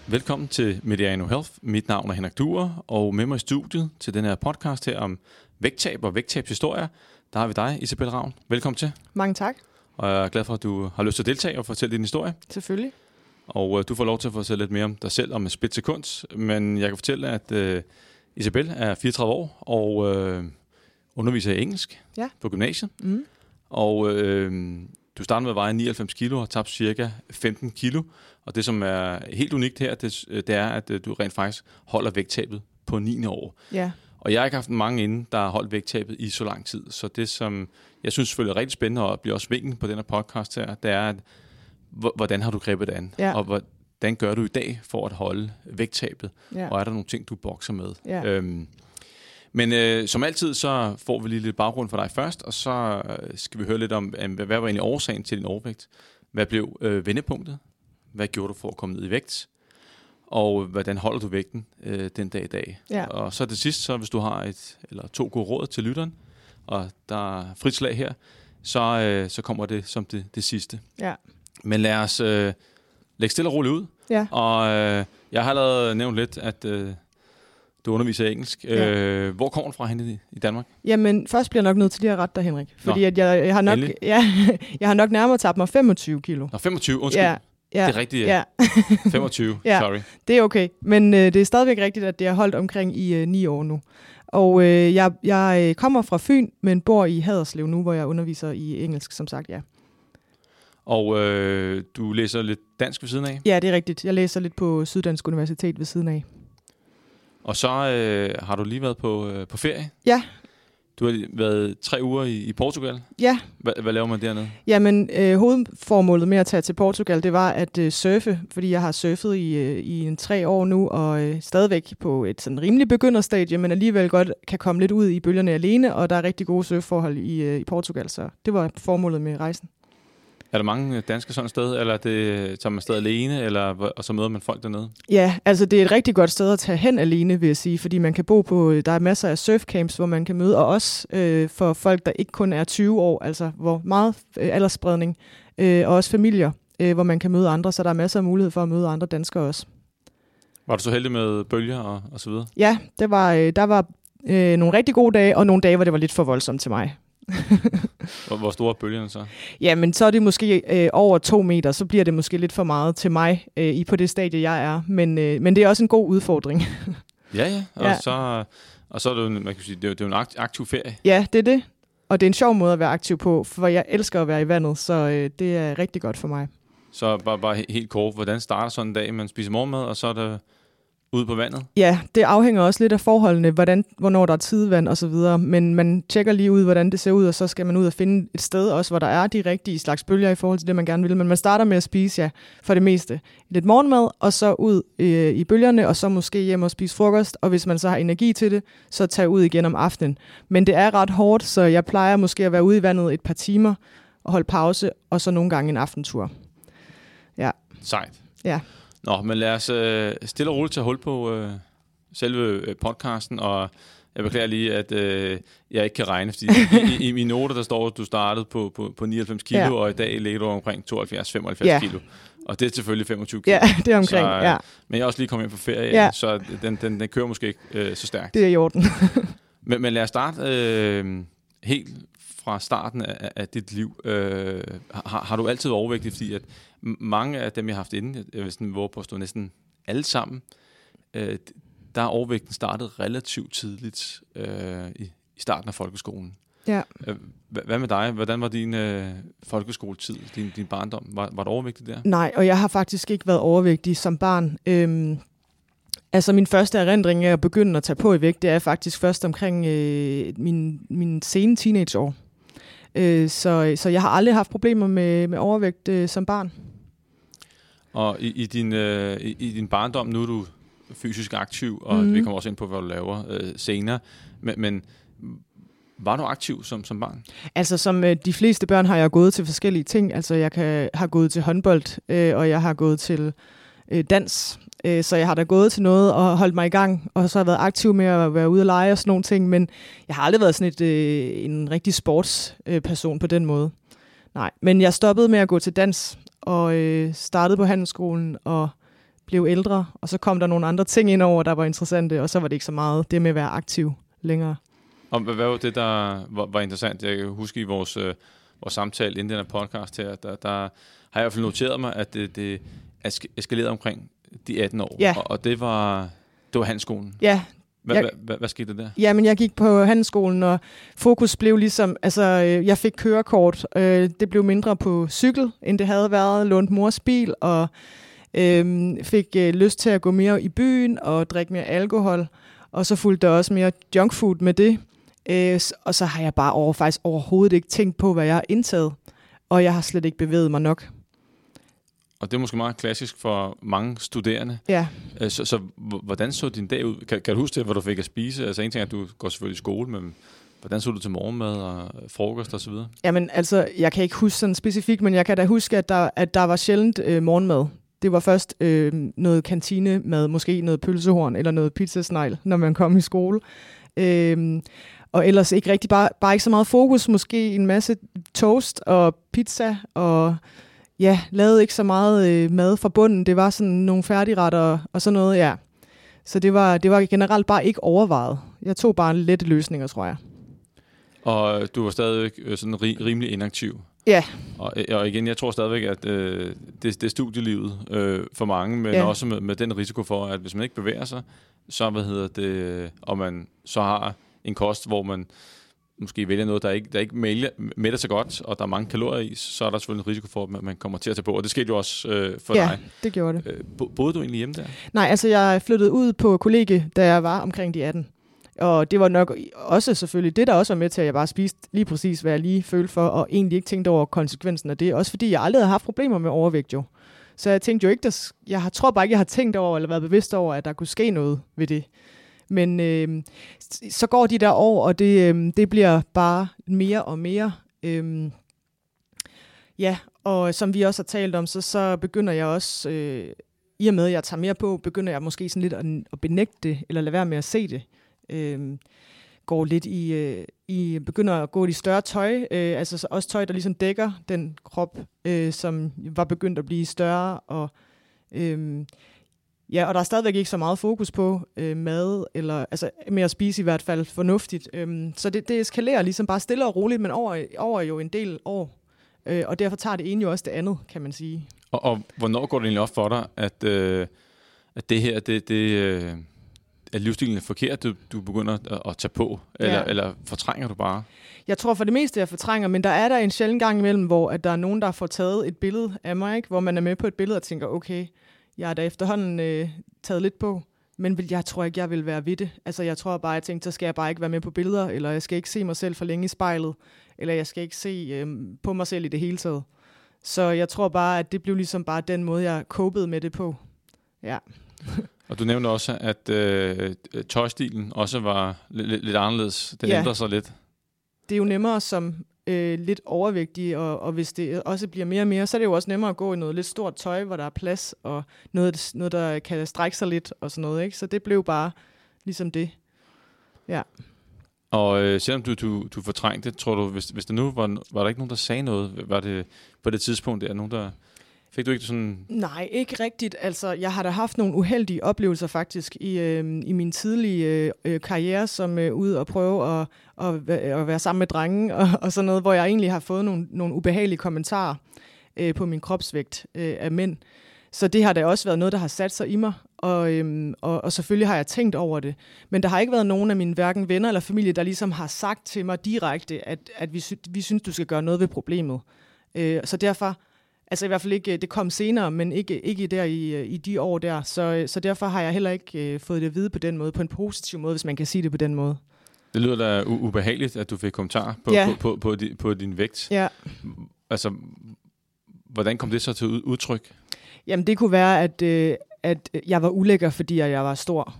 Velkommen til Mediano Health. Mit navn er Henrik Duer, og med mig i studiet til den her podcast her om vægttab og vægttabshistorier, der har vi dig, Isabel Ravn. Velkommen til. Mange tak. Og jeg er glad for, at du har lyst til at deltage og fortælle din historie. Selvfølgelig. Og du får lov til at fortælle lidt mere om dig selv om et splitsekund. Men jeg kan fortælle, at Isabel er 34 år og underviser i engelsk på gymnasiet. Mm. Og du startede med at veje 99 kilo og har tabt cirka 15 kilo. Og det, som er helt unikt her, det er, at du rent faktisk holder vægttabet på 9. år. Ja. Og jeg har ikke haft mange inden, der har holdt vægttabet i så lang tid. Så det, som jeg synes selvfølgelig er rigtig spændende, og bliver også vinken på den her podcast her, det er, at hvordan har du grebet det an? Ja. Og hvordan gør du i dag for at holde vægttabet? Ja. Og er der nogle ting, du bokser med? Ja. Men som altid, så får vi lige lidt baggrund for dig først, og så skal vi høre lidt om, hvad var egentlig årsagen til din overvægt? Hvad blev vendepunktet? Hvad gjorde du for at komme ned i vægt? Og hvordan holder du vægten den dag i dag? Ja. Og så til sidst, så hvis du har et eller to gode råd til lytteren, og der er frit slag her, så kommer det som det sidste. Ja. Men lad os lægge stille og roligt ud. Ja. Og jeg har allerede nævnt lidt, at du underviser i engelsk. Ja. Hvor kommer du fra henne i Danmark? Jamen, først bliver jeg nok nødt til lige at rette dig, Henrik. Fordi at jeg har nok, jeg har nok nærmere tabt mig 25 kilo. Nå, 25, undskyld. Ja. Ja. Det er rigtigt, ja. 25, ja. Sorry. Det er okay, men det er stadigvæk rigtigt, at det har holdt omkring i 9 år nu. Og jeg kommer fra Fyn, men bor i Haderslev nu, hvor jeg underviser i engelsk, som sagt, ja. Og du læser lidt dansk ved siden af? Ja, det er rigtigt. Jeg læser lidt på Syddansk Universitet ved siden af. Og så har du lige været på ferie? Ja. Du har været 3 uger i Portugal? Ja. Hvad laver man dernede? Jamen, hovedformålet med at tage til Portugal, det var at surfe, fordi jeg har surfet i 3 år nu, og stadigvæk på et sådan rimelig begynderstadie, men alligevel godt kan komme lidt ud i bølgerne alene, og der er rigtig gode surfforhold i Portugal, så det var formålet med rejsen. Er der mange danskere sådan et sted, eller tager man sted alene, og så møder man folk dernede? Ja, altså det er et rigtig godt sted at tage hen alene, vil jeg sige, fordi man kan bo på, der er masser af surfcamps, hvor man kan møde, og også for folk, der ikke kun er 20 år, altså hvor meget aldersspredning, og også familier, hvor man kan møde andre, så der er masser af mulighed for at møde andre danskere også. Var du så heldig med bølger og så videre? Ja, der var nogle rigtig gode dage, og nogle dage, hvor det var lidt for voldsomt til mig. Hvor store er bølgerne så? Jamen, så er det måske over 2 meter, så bliver det måske lidt for meget til mig på det stadie, jeg er. Men det er også en god udfordring. Ja. Og så er det jo, man kan sige, det er jo en aktiv ferie. Ja, det er det. Og det er en sjov måde at være aktiv på, for jeg elsker at være i vandet, så det er rigtig godt for mig. Så bare helt kort, hvordan starter sådan en dag? Man spiser morgenmad, og så er det ude på vandet? Ja, det afhænger også lidt af forholdene, hvornår der er tidevand og så videre, men man tjekker lige ud, hvordan det ser ud, og så skal man ud og finde et sted også, hvor der er de rigtige slags bølger i forhold til det, man gerne vil, men man starter med at spise, for det meste lidt morgenmad, og så ud i bølgerne, og så måske hjem og spise frokost, og hvis man så har energi til det, så tage ud igen om aftenen. Men det er ret hårdt, så jeg plejer måske at være ude i vandet et par timer, og holde pause, og så nogle gange en aftentur. Ja. Sejt. Ja. Nå, men lad os stille og roligt tage hul på selve podcasten, og jeg beklager lige, at jeg ikke kan regne, fordi i mine noter, der står, at du startede på 99 kilo, og i dag ligger du omkring 72-75 kilo. Og det er selvfølgelig 25 kilo. Ja, det er omkring, så, men jeg er også lige kommet hjem på ferie, så den kører måske ikke så stærkt. Det er i orden. men lad os starte helt fra starten af dit liv. Har du altid været overvægtig, fordi at mange af dem, jeg har haft inde, jeg vil sådan våge på at stå næsten alle sammen, der er overvægten startet relativt tidligt i starten af folkeskolen. Ja. Hvad med dig? Hvordan var din folkeskoletid, din barndom? Var du overvægtig der? Nej, og jeg har faktisk ikke været overvægtig som barn. Altså min første erindring af at begynde at tage på i vægt, det er faktisk først omkring min sene teenageår. Så jeg har aldrig haft problemer med overvægt som barn. Og i din barndom, nu er du fysisk aktiv, og vi kommer også ind på, hvad du laver senere, men var du aktiv som barn? Altså som de fleste børn har jeg gået til forskellige ting. Altså jeg har gået til håndbold, og jeg har gået til dans. Så jeg har da gået til noget og holdt mig i gang, og så har jeg været aktiv med at være ude og lege og sådan nogle ting, men jeg har aldrig været sådan en rigtig sportsperson på den måde. Nej, men jeg stoppede med at gå til dans, og startede på handelsskolen, og blev ældre, og så kom der nogle andre ting ind over, der var interessante, og så var det ikke så meget det med at være aktiv længere. Og hvad var det, der var interessant? Jeg kan huske i vores samtale inden den her podcast her, der har jeg i hvert fald noteret mig, at det eskalerede omkring de 18 år, ja. Og det var handelsskolen. Ja. Hvad skete der? Jamen, jeg gik på handelsskolen, og fokus blev ligesom, altså, jeg fik kørekort. Det blev mindre på cykel, end det havde været. Lånte mors bil, og fik lyst til at gå mere i byen og drikke mere alkohol. Og så fulgte der også mere junkfood med det. Og så har jeg bare faktisk overhovedet ikke tænkt på, hvad jeg har indtaget. Og jeg har slet ikke bevæget mig nok. Og det er måske meget klassisk for mange studerende. Ja. Så hvordan så din dag ud? Kan du huske det, hvor du fik at spise? Altså en ting er, at du går selvfølgelig i skole, men hvordan så du til morgenmad og frokost og så videre? Jamen altså, jeg kan ikke huske sådan specifikt, men jeg kan da huske, at der var sjældent morgenmad. Det var først noget kantinemad, måske noget pølsehorn eller noget pizzasnegl, når man kom i skole. Og ellers ikke rigtig, bare ikke så meget fokus. Måske en masse toast og pizza og... Ja, lavede ikke så meget mad fra bunden. Det var sådan nogle færdigretter og sådan noget, ja. Så det var generelt bare ikke overvejet. Jeg tog bare lette løsninger, tror jeg. Og du var stadigvæk sådan rimelig inaktiv. Ja. Og igen, jeg tror stadigvæk, at det er studielivet for mange, men også med den risiko for, at hvis man ikke bevæger sig, så og man så har en kost, hvor man måske vælger noget, der ikke mætter så godt, og der er mange kalorier i, så er der selvfølgelig en risiko for, at man kommer til at tage på. Og det skete jo også for dig. Ja, det gjorde det. Boede du egentlig hjemme der? Nej, altså jeg flyttede ud på kollegie, da jeg var omkring de 18. Og det var nok også selvfølgelig det, der også var med til, at jeg bare spiste lige præcis, hvad jeg lige følte for, og egentlig ikke tænkte over konsekvensen af det. Også fordi jeg aldrig havde haft problemer med overvægt jo. Så jeg tænkte jo ikke, tror bare ikke, jeg har tænkt over, eller været bevidst over, at der kunne ske noget ved det. Men så går de der år, og det bliver bare mere og mere. Ja, og som vi også har talt om, så begynder jeg også, i og med at jeg tager mere på, begynder jeg måske sådan lidt at benægte det, eller lade være med at se det. Går lidt begynder at gå i større tøj, altså også tøj, der ligesom dækker den krop, som var begyndt at blive større, og ja, og der er stadigvæk ikke så meget fokus på mad, eller altså med at spise i hvert fald fornuftigt. Så det eskalerer ligesom bare stille og roligt, men over jo en del år. Og derfor tager det ene jo også det andet, kan man sige. Og hvornår går det egentlig op for dig, at det her, at livsstilen er forkert, du begynder at tage på, eller fortrænger du bare? Jeg tror for det meste, jeg fortrænger, men der er der en sjælden gang imellem, hvor at der er nogen, der får taget et billede af mig, ikke? Hvor man er med på et billede og tænker, okay, jeg har da efterhånden taget lidt på, men jeg tror ikke, jeg vil være ved det. Altså, jeg tror bare, jeg tænkte, så skal jeg bare ikke være med på billeder, eller jeg skal ikke se mig selv for længe i spejlet, eller jeg skal ikke se på mig selv i det hele taget. Så jeg tror bare, at det blev ligesom bare den måde, jeg copede med det på. Ja. Og du nævnte også, at tøjstilen også var lidt anderledes. Den ændrer sig lidt. Det er jo nemmere som lidt overvægtig, og hvis det også bliver mere og mere, så er det jo også nemmere at gå i noget lidt stort tøj, hvor der er plads, og noget der kan strække sig lidt, og sådan noget, ikke? Så det blev bare ligesom det. Ja. Og selvom du fortrængte, tror du, hvis der nu var der ikke nogen, der sagde noget, var det på det tidspunkt, der nogen, der... Fik du ikke sådan... Nej, ikke rigtigt. Altså, jeg har da haft nogle uheldige oplevelser faktisk i min tidlige karriere, som ude og prøve at være sammen med drenge og sådan noget, hvor jeg egentlig har fået nogle ubehagelige kommentarer på min kropsvægt af mænd. Så det har da også været noget, der har sat sig i mig, og selvfølgelig har jeg tænkt over det. Men der har ikke været nogen af mine hverken venner eller familie, der ligesom har sagt til mig direkte, at vi synes, du skal gøre noget ved problemet. Så derfor... Altså i hvert fald ikke, det kom senere, men ikke der i de år der. Så derfor har jeg heller ikke fået det at vide på den måde, på en positiv måde, hvis man kan sige det på den måde. Det lyder da ubehageligt, at du fik kommentarer på din vægt. Ja. Altså, hvordan kom det så til udtryk? Jamen det kunne være, at jeg var ulækker, fordi jeg var stor.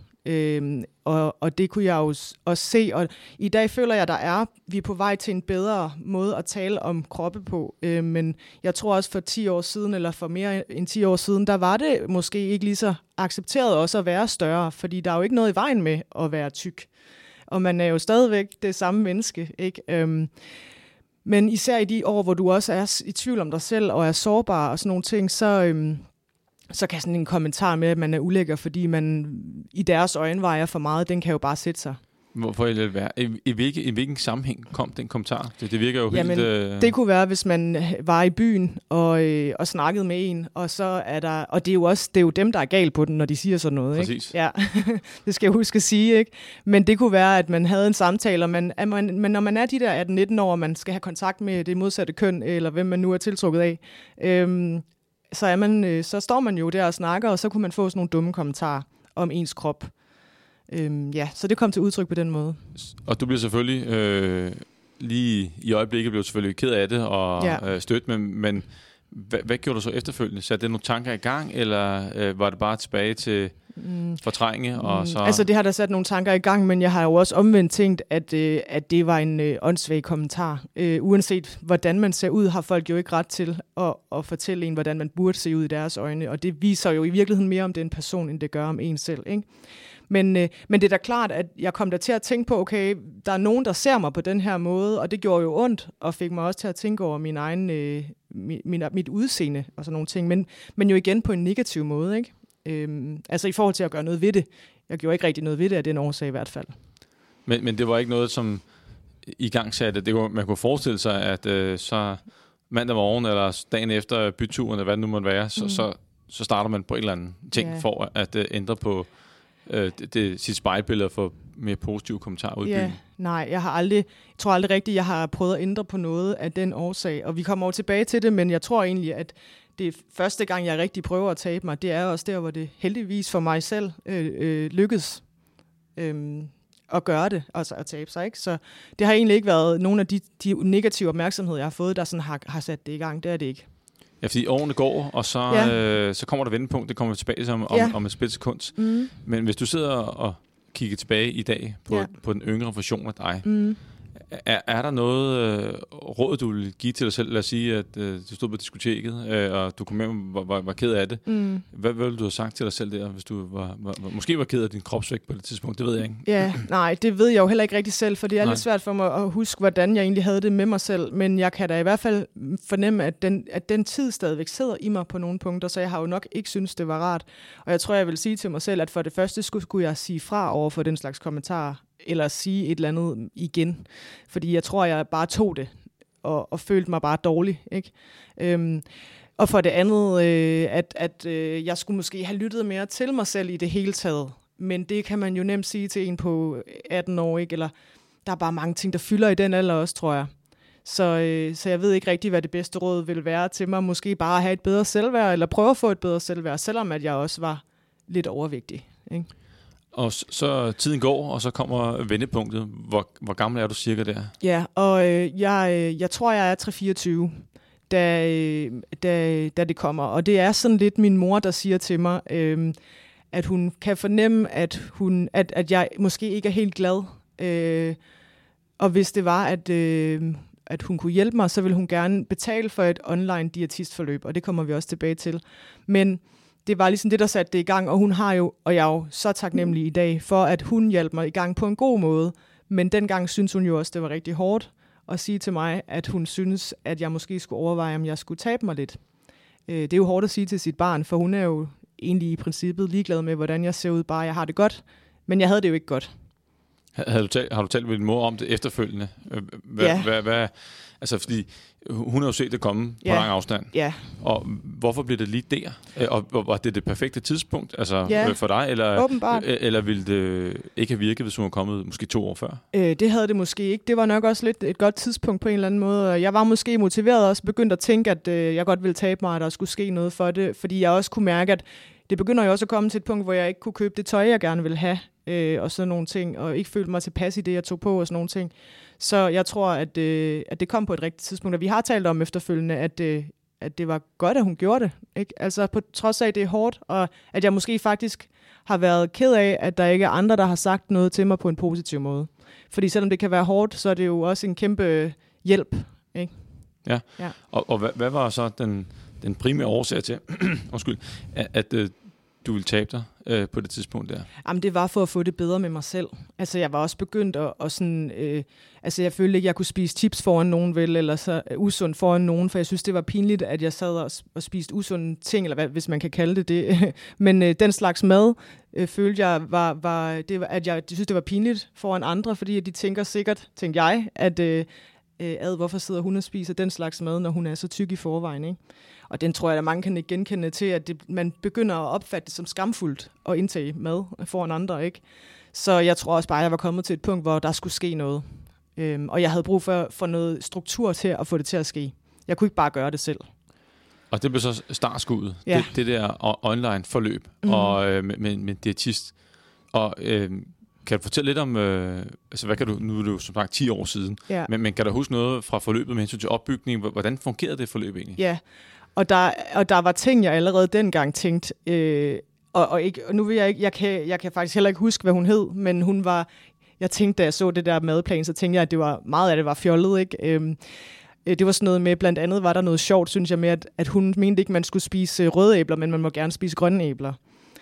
Og det kunne jeg jo også se, og i dag føler jeg, vi er på vej til en bedre måde at tale om kroppe på, men jeg tror også for 10 år siden, eller for mere end 10 år siden, der var det måske ikke lige så accepteret også at være større, fordi der er jo ikke noget i vejen med at være tyk, og man er jo stadigvæk det samme menneske, ikke? Men især i de år, hvor du også er i tvivl om dig selv, og er sårbar og sådan nogle ting, så kan sådan en kommentar med, at man er ulækker, fordi man i deres øjne vejer for meget, den kan jo bare sætte sig. Hvorfor er det værd? I hvilken sammenhæng kom den kommentar? Det virker jo helt... Det kunne være, hvis man var i byen og snakkede med en, og så er der... Og det er jo dem, der er galt på den, når de siger sådan noget. Præcis. Ikke? Ja, det skal jeg huske at sige. Ikke? Men det kunne være, at man havde en samtale, men når man er de der 18-19 år, og man skal have kontakt med det modsatte køn, eller hvem man nu er tiltrukket af, så står man jo der og snakker, og så kunne man få sådan nogle dumme kommentarer om ens krop. Så det kom til udtryk på den måde. Og du bliver selvfølgelig lige i øjeblikket blev du selvfølgelig ked af det og stødt, men hvad gjorde du så efterfølgende? Satte det nogle tanker i gang, eller var det bare tilbage til fortrænge? Og så... Altså det har der sat nogle tanker i gang, men jeg har jo også omvendt tænkt, at det var en åndssvag kommentar. Uanset hvordan man ser ud, har folk jo ikke ret til at fortælle en, hvordan man burde se ud i deres øjne, og det viser jo i virkeligheden mere om den person, end det gør om en selv, ikke? Men det er da klart, at jeg kom der til at tænke på, okay, der er nogen, der ser mig på den her måde, og det gjorde jo ondt, og fik mig også til at tænke over min egen, mit udseende og sådan nogle ting, men jo igen på en negativ måde, ikke? Altså i forhold til at gøre noget ved det. Jeg gjorde ikke rigtig noget ved det af den årsag i hvert fald. Men det var ikke noget, som i gang satte, man kunne forestille sig, at så mandag morgen eller dagen efter byturen, eller hvad det nu måtte være, så starter man på en eller anden ting for at ændre på sit spejlbillede for mere positive kommentarer ud i byen. Nej, jeg tror aldrig rigtigt, jeg har prøvet at ændre på noget af den årsag, og vi kommer over tilbage til det, men jeg tror egentlig, at det første gang, jeg rigtig prøver at tabe mig, det er også der, hvor det heldigvis for mig selv lykkedes at gøre det, altså at tabe sig, ikke? Så det har egentlig ikke været nogen af de negative opmærksomheder, jeg har fået, der sådan har sat det i gang. Det er det ikke. Ja, fordi årene går, og så kommer der vendepunkt, det kommer vi tilbage til om et splitsekund. Men hvis du sidder og kigger tilbage i dag på den yngre version af dig, er der noget råd, du vil give til dig selv? Lad os sige, at du stod på diskoteket, og du kom med var ked af det. Hvad ville du have sagt til dig selv der, hvis du måske var ked af din kropsvægt på det tidspunkt? Det ved jeg ikke. Ja, nej, det ved jeg jo heller ikke rigtig selv, for det er lidt svært for mig at huske, hvordan jeg egentlig havde det med mig selv. Men jeg kan da i hvert fald fornemme, at den tid stadigvæk sidder i mig på nogle punkter, så jeg har jo nok ikke synes det var rart. Og jeg tror, jeg vil sige til mig selv, at for det første skulle jeg sige fra over for den slags kommentarer, eller sige et eller andet igen. Fordi jeg tror, jeg bare tog det, og følte mig bare dårlig, ikke? Og for det andet, at jeg skulle måske have lyttet mere til mig selv i det hele taget. Men det kan man jo nemt sige til en på 18 år, ikke? Eller der er bare mange ting, der fylder i den alder også, tror jeg. Så jeg ved ikke rigtig, hvad det bedste råd vil være til mig. Måske bare at have et bedre selvværd, eller prøve at få et bedre selvværd, selvom at jeg også var lidt overvægtig, ikke? Og så tiden går, og så kommer vendepunktet. Hvor gammel er du cirka der? Ja, og jeg tror, jeg er 3-24, da det kommer. Og det er sådan lidt min mor, der siger til mig, at hun kan fornemme, at jeg måske ikke er helt glad. Og hvis det var, at hun kunne hjælpe mig, så ville hun gerne betale for et online diætistforløb, og det kommer vi også tilbage til. Men det var ligesom det, der satte det i gang, og hun har jo, og jeg er jo så taknemmelig i dag, for at hun hjalp mig i gang på en god måde. Men dengang synes hun jo også, det var rigtig hårdt at sige til mig, at hun synes, at jeg måske skulle overveje, om jeg skulle tabe mig lidt. Det er jo hårdt at sige til sit barn, for hun er jo egentlig i princippet ligeglad med, hvordan jeg ser ud, bare jeg har det godt. Men jeg havde det jo ikke godt. Har du talt med din mor om det efterfølgende? Altså, fordi hun har jo set det komme på lang afstand. Ja. Og hvorfor blev det lige der? Og var det perfekte tidspunkt for dig? Eller ville det ikke have virket, hvis hun var kommet måske 2 år før? Det havde det måske ikke. Det var nok også lidt et godt tidspunkt på en eller anden måde. Jeg var måske motiveret og også begyndt at tænke, at jeg godt ville tabe mig, at der skulle ske noget for det. Fordi jeg også kunne mærke, at det begynder jo også at komme til et punkt, hvor jeg ikke kunne købe det tøj, jeg gerne ville have. Og sådan nogle ting, og ikke følte mig tilpas i det, jeg tog på og sådan nogle ting. Så jeg tror, at det kom på et rigtigt tidspunkt, og vi har talt om efterfølgende, at det var godt, at hun gjorde det. Ikke? Altså på trods af, at det er hårdt, og at jeg måske faktisk har været ked af, at der ikke er andre, der har sagt noget til mig på en positiv måde. Fordi selvom det kan være hårdt, så er det jo også en kæmpe hjælp. Ikke? Ja. Og hvad var så den primære årsag til, at du ville tabe dig på det tidspunkt der? Jamen, det var for at få det bedre med mig selv. Altså, jeg var også begyndt at sådan... altså, jeg følte ikke, jeg kunne spise chips foran nogen, vel, eller så usund foran nogen, for jeg synes, det var pinligt, at jeg sad og spiste usunde ting, eller hvad, hvis man kan kalde det. Men den slags mad følte jeg at jeg synes, det var pinligt foran andre, fordi de tænkte jeg, at hvorfor sidder hun og spiser den slags mad, når hun er så tyk i forvejen, ikke? Og den tror jeg, at mange kan genkende til, at man begynder at opfatte det som skamfuldt at indtage mad foran andre, ikke? Så jeg tror også bare, at jeg var kommet til et punkt, hvor der skulle ske noget. Og jeg havde brug for noget struktur til at få det til at ske. Jeg kunne ikke bare gøre det selv. Og det blev så startskuddet, ja. det der online forløb og med en diætist. Og kan du fortælle lidt om, altså hvad kan du, nu er det jo som sagt 10 år siden, ja. men kan du huske noget fra forløbet med hensyn til opbygning? Hvordan fungerede det forløb egentlig? Ja, og der var ting, jeg allerede dengang tænkte, og nu vil jeg kan faktisk heller ikke huske, hvad hun hed, men hun var, jeg tænkte, da jeg så det der madplan, så tænkte jeg, at det var meget af det var fjollet, ikke? Det var sådan noget med, blandt andet var der noget sjovt, synes jeg, med, at hun mente ikke, man skulle spise røde æbler, men man må gerne spise grønne æbler.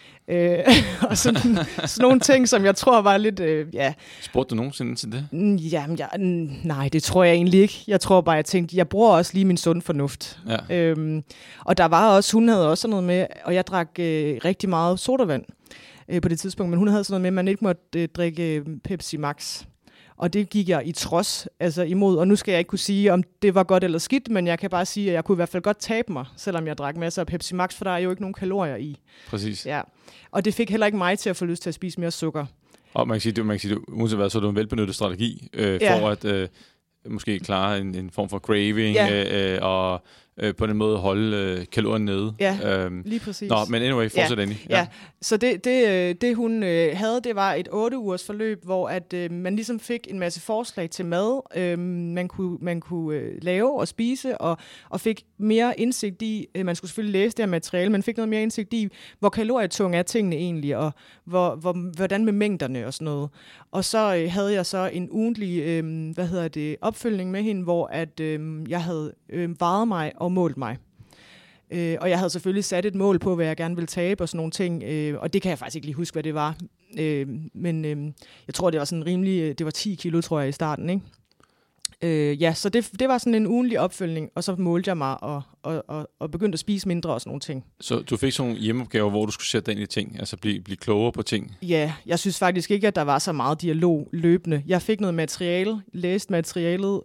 Og sådan nogle ting, som jeg tror var lidt, ja. Spurgte du nogensinde til det? Jamen, nej, det tror jeg egentlig ikke. Jeg tror bare, jeg tænkte, jeg bruger også lige min sund fornuft. Ja. Og der var også, hun havde også sådan noget med, og jeg drak rigtig meget sodavand på det tidspunkt, men hun havde sådan noget med, at man ikke måtte drikke Pepsi Max. Og det gik jeg i trods imod, og nu skal jeg ikke kunne sige, om det var godt eller skidt, men jeg kan bare sige, at jeg kunne i hvert fald godt tabe mig, selvom jeg drak masser af Pepsi Max, for der er jo ikke nogen kalorier i. Præcis. Ja. Og det fik heller ikke mig til at få lyst til at spise mere sukker. Og man kan sige, uanset hvad, så er det en velbenyttet strategi for at måske klare en form for craving, ja. Og på den måde holde kalorien nede. Ja, lige præcis. Nå, men anyway, fortsæt endelig. Ja. Så det hun havde, det var et 8 ugers forløb, hvor at man ligesom fik en masse forslag til mad, man kunne lave og spise, og fik mere indsigt i, man skulle selvfølgelig læse det her materiale, men fik noget mere indsigt i, hvor kalorietung er tingene egentlig, og hvordan med mængderne og sådan noget. Og så havde jeg så en ugentlig opfølgning med hende, hvor at jeg havde vejet mig og målt mig. Og jeg havde selvfølgelig sat et mål på, hvad jeg gerne ville tabe og sådan nogle ting, og det kan jeg faktisk ikke lige huske, hvad det var. Men jeg tror, det var sådan rimelig, det var 10 kilo, tror jeg, i starten, ikke? Ja, så det var sådan en ugenlig opfølgning, og så målte jeg mig og begyndte at spise mindre og sådan nogle ting. Så du fik sådan nogle hjemmeopgaver, hvor du skulle sætte dig ind i ting, altså blive klogere på ting? Ja, jeg synes faktisk ikke, at der var så meget dialog løbende. Jeg fik noget materiale, læste materialet,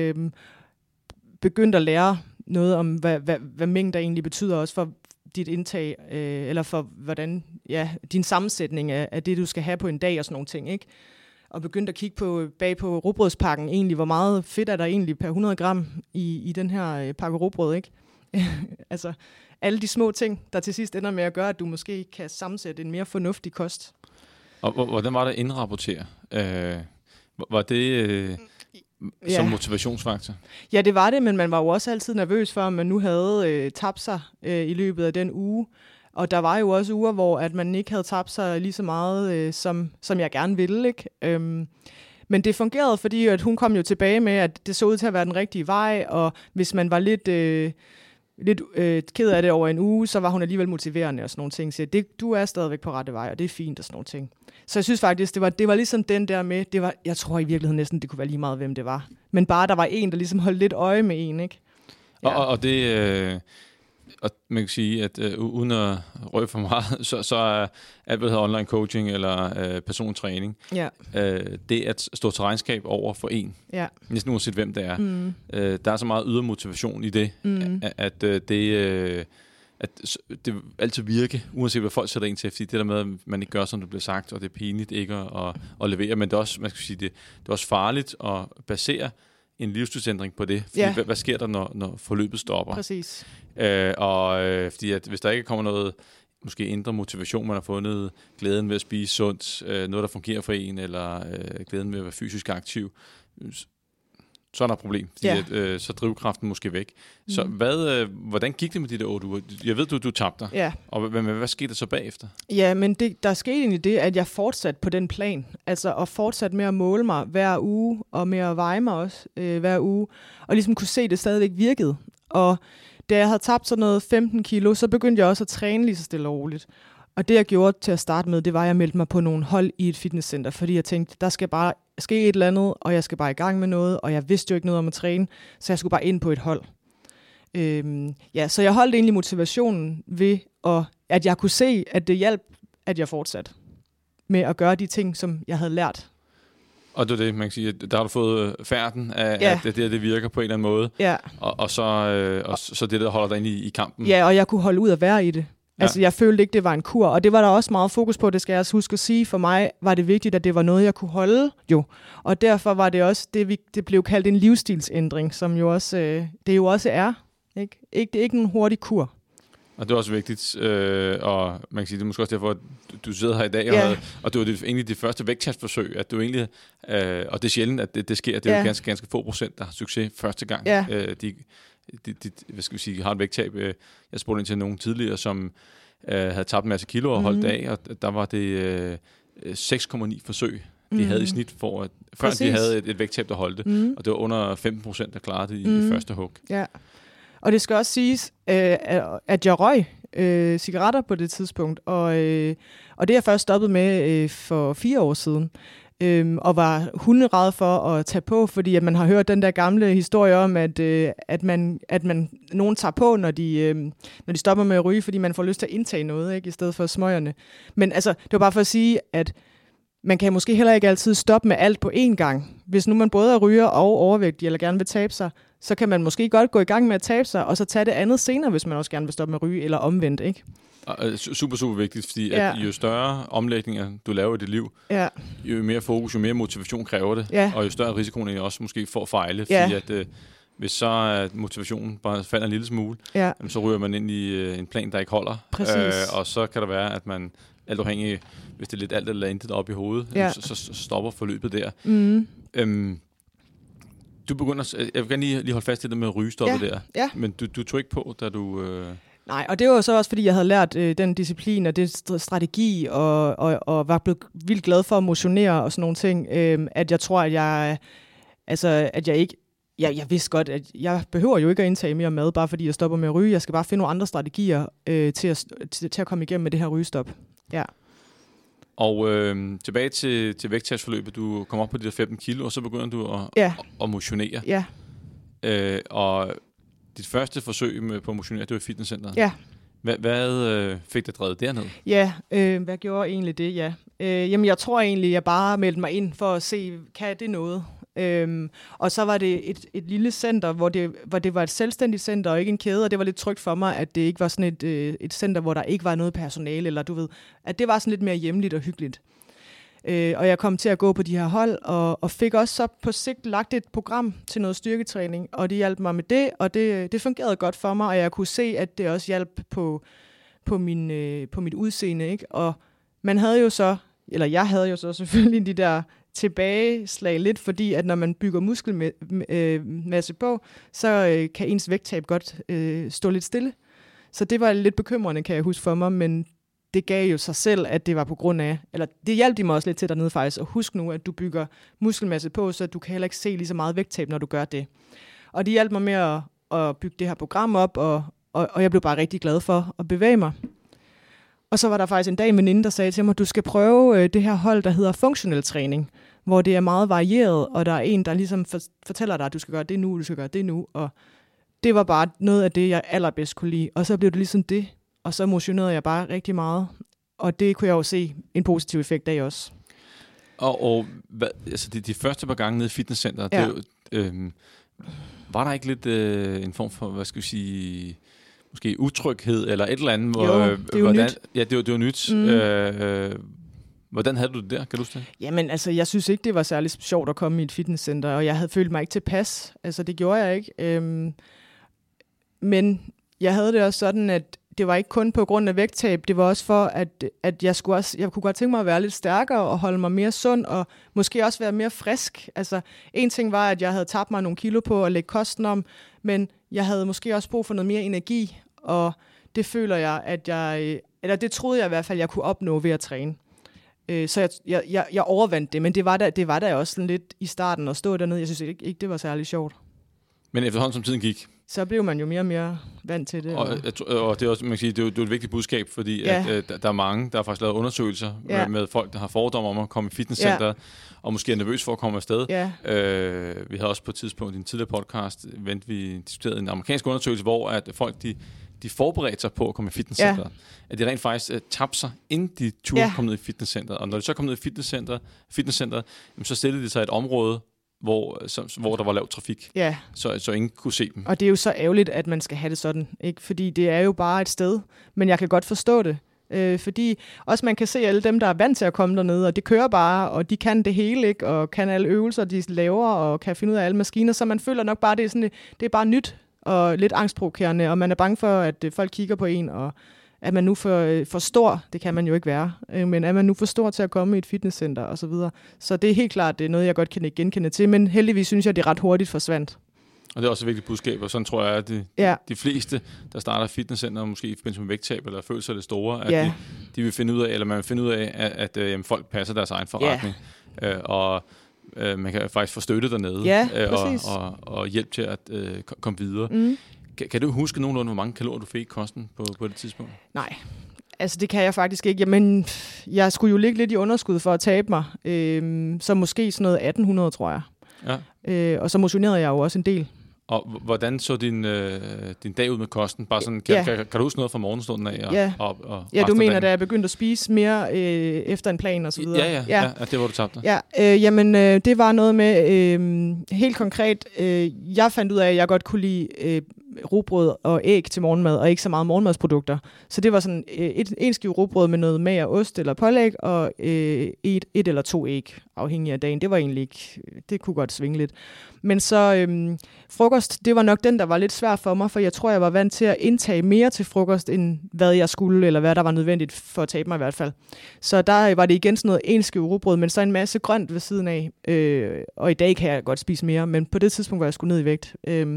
begyndte at lære noget om, hvad mængder egentlig betyder også for dit indtag, eller for hvordan, din sammensætning af det, du skal have på en dag og sådan nogle ting, ikke? Og begyndte at kigge bag på rugbrødspakken egentlig, hvor meget fedt er der egentlig per 100 gram i den her pakke rugbrød, ikke? Altså, alle de små ting, der til sidst ender med at gøre, at du måske kan sammensætte en mere fornuftig kost. Og hvordan var det at indrapportere? Var det som motivationsfaktor? Ja, det var det, men man var jo også altid nervøs for, om man nu havde tabt sig i løbet af den uge. Og der var jo også uger, hvor at man ikke havde tabt sig lige så meget, som jeg gerne ville, ikke? Men det fungerede, fordi at hun kom jo tilbage med, at det så ud til at være den rigtige vej, og hvis man var lidt ked af det over en uge, så var hun alligevel motiverende og sådan nogle ting. Så du er stadigvæk på rette vej, og det er fint og sådan nogle ting. Så jeg synes faktisk, det var ligesom den der med, jeg tror i virkeligheden næsten, det kunne være lige meget, hvem det var. Men bare der var en, der ligesom holdt lidt øje med en, ikke? Ja. Og det... Og man kan sige, at uden at røbe for meget, så er alt, hvad hedder online coaching eller persontræning, det at stå til regnskab over for en. Ja. Næsten uanset hvem det er. Der er så meget ydre motivation i det, at det altid virke, uanset hvad folk sætter en til. Fordi det der med, at man ikke gør, som det bliver sagt, og det er pinligt ikke at levere. Men det er også, man skal sige, det er også farligt at basere en livsstilsændring på det. Fordi hvad sker der, når forløbet stopper? Præcis. Fordi at hvis der ikke kommer noget, måske indre motivation, man har fundet glæden ved at spise sundt, noget der fungerer for en, eller glæden ved at være fysisk aktiv, så er der et problem, fordi så drivkraften måske væk. Så hvordan gik det med de der 8 uger? Jeg ved, du tabte dig. Ja. Og hvad skete der så bagefter? Ja, men der skete egentlig det, at jeg fortsatte på den plan. Altså at fortsætte med at måle mig hver uge, og med at veje mig også hver uge, og ligesom kunne se, at det stadigvæk virkede. Og da jeg havde tabt sådan noget 15 kilo, så begyndte jeg også at træne lige så stille og roligt. Og det, jeg gjorde til at starte med, det var, at jeg meldte mig på nogle hold i et fitnesscenter, fordi jeg tænkte, der skal bare ske et eller andet, og jeg skal bare i gang med noget, og jeg vidste jo ikke noget om at træne, så jeg skulle bare ind på et hold. Så jeg holdt egentlig motivationen ved, at jeg kunne se, at det hjalp, at jeg fortsatte med at gøre de ting, som jeg havde lært. Og det er det, man kan sige, der har du fået færden af, at det virker på en eller anden måde, og så det, der holder dig inde i kampen. Ja, og jeg kunne holde ud at være i det. Ja. Altså, jeg følte ikke, det var en kur, og det var der også meget fokus på, det skal jeg også huske at sige. For mig var det vigtigt, at det var noget, jeg kunne holde, jo. Og derfor var det også, det blev kaldt en livsstilsændring, som jo også, det jo også er. Ikke? Det er ikke en hurtig kur. Og det er også vigtigt, og man kan sige, det er måske også derfor, at du sidder her i dag, og det var egentlig det første vægttabsforsøg, at du egentlig, og det er sjældent, at det sker, det er jo ganske få procent, der har succes første gang. Ja. De hvad skal vi sige, har et vægttab. Jeg spurgte ind til nogen tidligere, som havde tabt en masse kilo og holdt af, og der var det 6,9 forsøg, de havde i snit, før de havde et vægttab, der holdte, og det var under 15%, der klarede det i første hug. Ja. Og det skal også siges, at jeg røg cigaretter på det tidspunkt, og det er jeg først stoppet med for 4 år siden, og var hunderad for at tage på, fordi at man har hørt den der gamle historie om, at nogen tager på, når de stopper med at ryge, fordi man får lyst til at indtage noget, ikke, i stedet for smøgerne. Men altså, det var bare for at sige, at man kan måske heller ikke altid stoppe med alt på én gang. Hvis nu man både er ryger og overvægtig, eller gerne vil tabe sig, så kan man måske godt gå i gang med at tabe sig, og så tage det andet senere, hvis man også gerne vil stoppe med at ryge, eller omvendt, ikke? Super, super vigtigt, fordi at jo større omlægninger du laver i dit liv, jo mere fokus, jo mere motivation kræver det, og jo større risikoen er også måske for at fejle, fordi at hvis så motivationen bare falder en lille smule, så ryger man ind i en plan, der ikke holder. Og så kan der være, at man alt afhængig, hvis det er lidt alt eller intet op i hovedet, så stopper forløbet der. Du begynder, jeg vil gerne lige holde fast i det med rygestoppet der, men du tog ikke på, da du... Nej, og det var så også, fordi jeg havde lært den disciplin og det strategi, og var blevet vildt glad for at motionere og sådan nogle ting, at jeg tror, at jeg ikke... Jeg vidste godt, at jeg behøver jo ikke at indtage mere mad, bare fordi jeg stopper med at ryge. Jeg skal bare finde nogle andre strategier til at komme igennem med det her rygestop. Ja. Og tilbage til vægttabsforløbet. Du kom op på de der 15 kilo, og så begynder du at motionere. Ja. Og dit første forsøg på at motionere, det var i fitnesscenteret. Ja. Hvad fik dig drevet derned? Ja, hvad gjorde egentlig det? Ja. Jamen, jeg tror egentlig, jeg bare meldte mig ind for at se, kan det noget? Og så var det et lille center, hvor det var et selvstændigt center og ikke en kæde, og det var lidt trygt for mig, at det ikke var sådan et center, hvor der ikke var noget personale, eller du ved, at det var sådan lidt mere hjemligt og hyggeligt. Og jeg kom til at gå på de her hold, og fik også så på sigt lagt et program til noget styrketræning, og det hjalp mig med det, og det fungerede godt for mig, og jeg kunne se, at det også hjalp på mit udseende, ikke? Og man havde jo så, eller jeg havde jo så selvfølgelig de der tilbageslag lidt, fordi at når man bygger muskelmasse på, så kan ens vægttab godt stå lidt stille. Så det var lidt bekymrende, kan jeg huske for mig, men det gav jo sig selv, at det var på grund af, eller det hjalp de mig også lidt til dernede faktisk, og husk nu, at du bygger muskelmasse på, så du kan heller ikke se lige så meget vægttab, når du gør det. Og det hjalp mig med at bygge det her program op, og jeg blev bare rigtig glad for at bevæge mig. Og så var der faktisk en dag en veninde, der sagde til mig, du skal prøve det her hold, der hedder functional træning, hvor det er meget varieret, og der er en, der ligesom fortæller dig, at du skal gøre det nu, du skal gøre det nu, og det var bare noget af det, jeg allerbedst kunne lide. Og så blev det ligesom det, og så motionerede jeg bare rigtig meget, og det kunne jeg jo se en positiv effekt af også. Og altså de første par gange nede i fitnesscenteret, var der ikke lidt en form for, hvad skal vi sige, måske utryghed eller et eller andet? Jo, det er jo nyt. Ja, det var nyt. Hvordan havde du det der? Kan du huske det? Jamen, altså, jeg synes ikke, det var særlig sjovt at komme i et fitnesscenter, og jeg havde følt mig ikke tilpas. Altså, det gjorde jeg ikke. Men jeg havde det også sådan, at det var ikke kun på grund af vægttab, det var også for, at jeg kunne godt tænke mig at være lidt stærkere og holde mig mere sund, og måske også være mere frisk. Altså, en ting var, at jeg havde tabt mig nogle kilo på at lægge kosten om, men jeg havde måske også brug for noget mere energi, og det føler jeg, eller det troede jeg i hvert fald, jeg kunne opnå ved at træne. Så jeg overvandt det, men det var der også sådan lidt i starten at stå dernede. Jeg synes ikke det var særlig sjovt. Men efterhånden som tiden gik, så blev man jo mere og mere vant til det. Og det er også, man kan sige, det er et vigtigt budskab, fordi at, der er mange, der har faktisk lavet undersøgelser med folk, der har fordomme om at komme i fitnesscenter, og måske er nervøs for at komme afsted. Vi havde også på et tidspunkt i en tidligere podcast, vi diskuterede en amerikansk undersøgelse, hvor at folk, de forberedte sig på at komme i fitnesscenter. At de rent faktisk tabte sig, inden de turde komme ned i fitnesscenter. Og når de så kom ned i fitnesscenter, så stillede de sig et område, hvor der var lav trafik, så ingen kunne se dem. Og det er jo så ærgerligt, at man skal have det sådan, ikke? Fordi det er jo bare et sted, men jeg kan godt forstå det. Fordi også man kan se alle dem, der er vant til at komme dernede, og det kører bare, og de kan det hele, ikke? Og kan alle øvelser, de laver, og kan finde ud af alle maskiner, så man føler nok bare, det er bare nyt, og lidt angstprovokerende, og man er bange for, at folk kigger på en, og at man nu for stor, det kan man jo ikke være, men er man nu for stor til at komme i et fitnesscenter og så videre. Så det er helt klart, det er noget, jeg godt kan genkende til, men heldigvis synes jeg, det er ret hurtigt forsvandt. Og det er også et vigtigt budskab, og sådan tror jeg, at de fleste, der starter fitnesscenter, måske i forbindelse med vægttab eller føler sig lidt store, at de vil finde ud af, eller man vil finde ud af, at folk passer deres egen forretning. Og man kan faktisk få støtte dernede, og hjælp til at komme videre. Kan du huske nogenlunde, hvor mange kalorier du fik i kosten på det tidspunkt? Nej, altså det kan jeg faktisk ikke. Jamen, jeg skulle jo ligge lidt i underskud for at tabe mig, så måske sådan noget 1800, tror jeg. Ja. Og så motionerede jeg jo også en del. Og hvordan så din dag ud med kosten? Bare sådan, kan du huske noget fra morgenstunden af? Og du mener, da jeg begyndte at spise mere efter en plan og så videre? Ja, det var du tabte. Jamen, det var noget med, helt konkret, jeg fandt ud af, at jeg godt kunne lide rugbrød og æg til morgenmad, og ikke så meget morgenmadsprodukter. Så det var sådan en skive rugbrød med noget mager, ost eller pålæg, og et eller 2 æg, afhængig af dagen. Det var egentlig ikke, det kunne godt svinge lidt. Men så frokost, det var nok den, der var lidt svær for mig, for jeg tror, jeg var vant til at indtage mere til frokost, end hvad jeg skulle, eller hvad der var nødvendigt for at tabe mig i hvert fald. Så der var det igen sådan noget en skive rugbrød, men så en masse grønt ved siden af. Og i dag kan jeg godt spise mere, men på det tidspunkt var jeg sgu ned i vægt.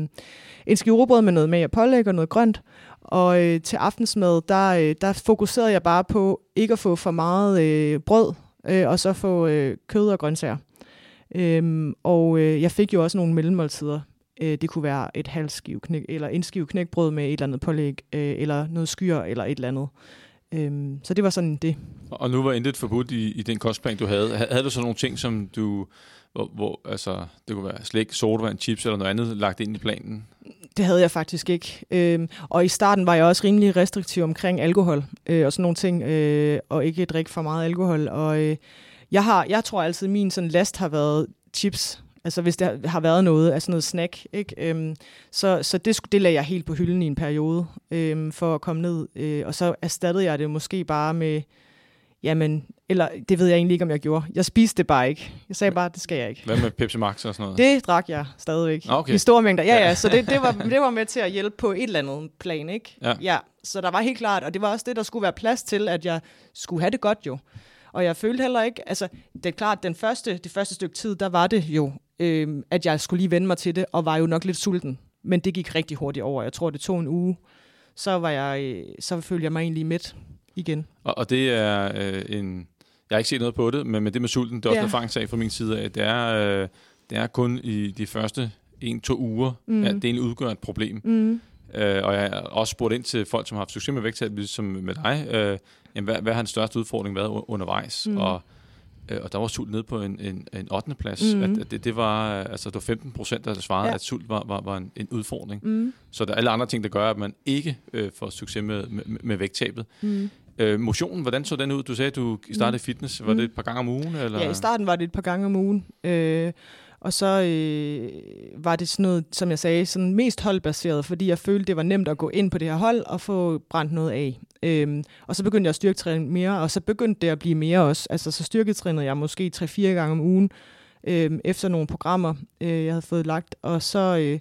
En skive rugbrød med noget mager pålæg og noget grønt. Og til aftensmad, der fokuserede jeg bare på ikke at få for meget brød, og så få kød og grøntsager. Jeg fik jo også nogle mellemmåltider. Det kunne være et halvt skive eller en skive knækbrød med et eller andet pålæg, eller noget skyr, eller et eller andet. Så det var sådan det. Og nu var intet forbudt i den kostplan, du havde. Havde du så nogle ting, som du, hvor altså, det kunne være slik, sodavand, chips eller noget andet, lagt ind i planen? Det havde jeg faktisk ikke. Og i starten var jeg også rimelig restriktiv omkring alkohol og sådan nogle ting, og ikke drikke for meget alkohol. Og jeg tror altid, min sådan last har været chips. Altså hvis der har været noget, altså noget snack, ikke? Så det lagde jeg helt på hylden i en periode for at komme ned. Og så erstattede jeg det måske bare med, eller det ved jeg egentlig ikke, om jeg gjorde. Jeg spiste det bare ikke. Jeg sagde bare, det skal jeg ikke. Hvad med Pepsi Max og sådan noget? Det drak jeg stadigvæk. Okay. I store mængder. Ja. Så det var med til at hjælpe på et eller andet plan, ikke? Ja. Så der var helt klart, og det var også det, der skulle være plads til, at jeg skulle have det godt jo. Og jeg følte heller ikke, altså det er klart, det første stykke tid, der var det jo, at jeg skulle lige vende mig til det, og var jo nok lidt sulten. Men det gik rigtig hurtigt over. Jeg tror, det tog en uge. Så følte jeg mig egentlig mæt igen. Og det er jeg har ikke set noget på det, men det med sulten, det er også en erfaringssag fra min side af. Det er kun i de første 1-2 uger, at det egentlig udgør et problem. Og jeg har også spurgt ind til folk, som har haft succes med vægttab, ligesom med dig. Hvad har den største udfordring været undervejs? Og der var sult nede på en 8. plads. Det var 15%, der svarede, at sult var en udfordring. Så der er alle andre ting, der gør, at man ikke får succes med vægttabet. Motionen, hvordan så den ud? Du sagde, at du startede fitness. Var det et par gange om ugen? Eller? Ja, i starten var det et par gange om ugen. Og så var det sådan noget, som jeg sagde, sådan mest holdbaseret, fordi jeg følte, det var nemt at gå ind på det her hold og få brændt noget af. Og så begyndte jeg at styrketræne mere, og så begyndte det at blive mere også. Altså så styrketrænede jeg måske 3-4 gange om ugen, efter nogle programmer, jeg havde fået lagt. Og så,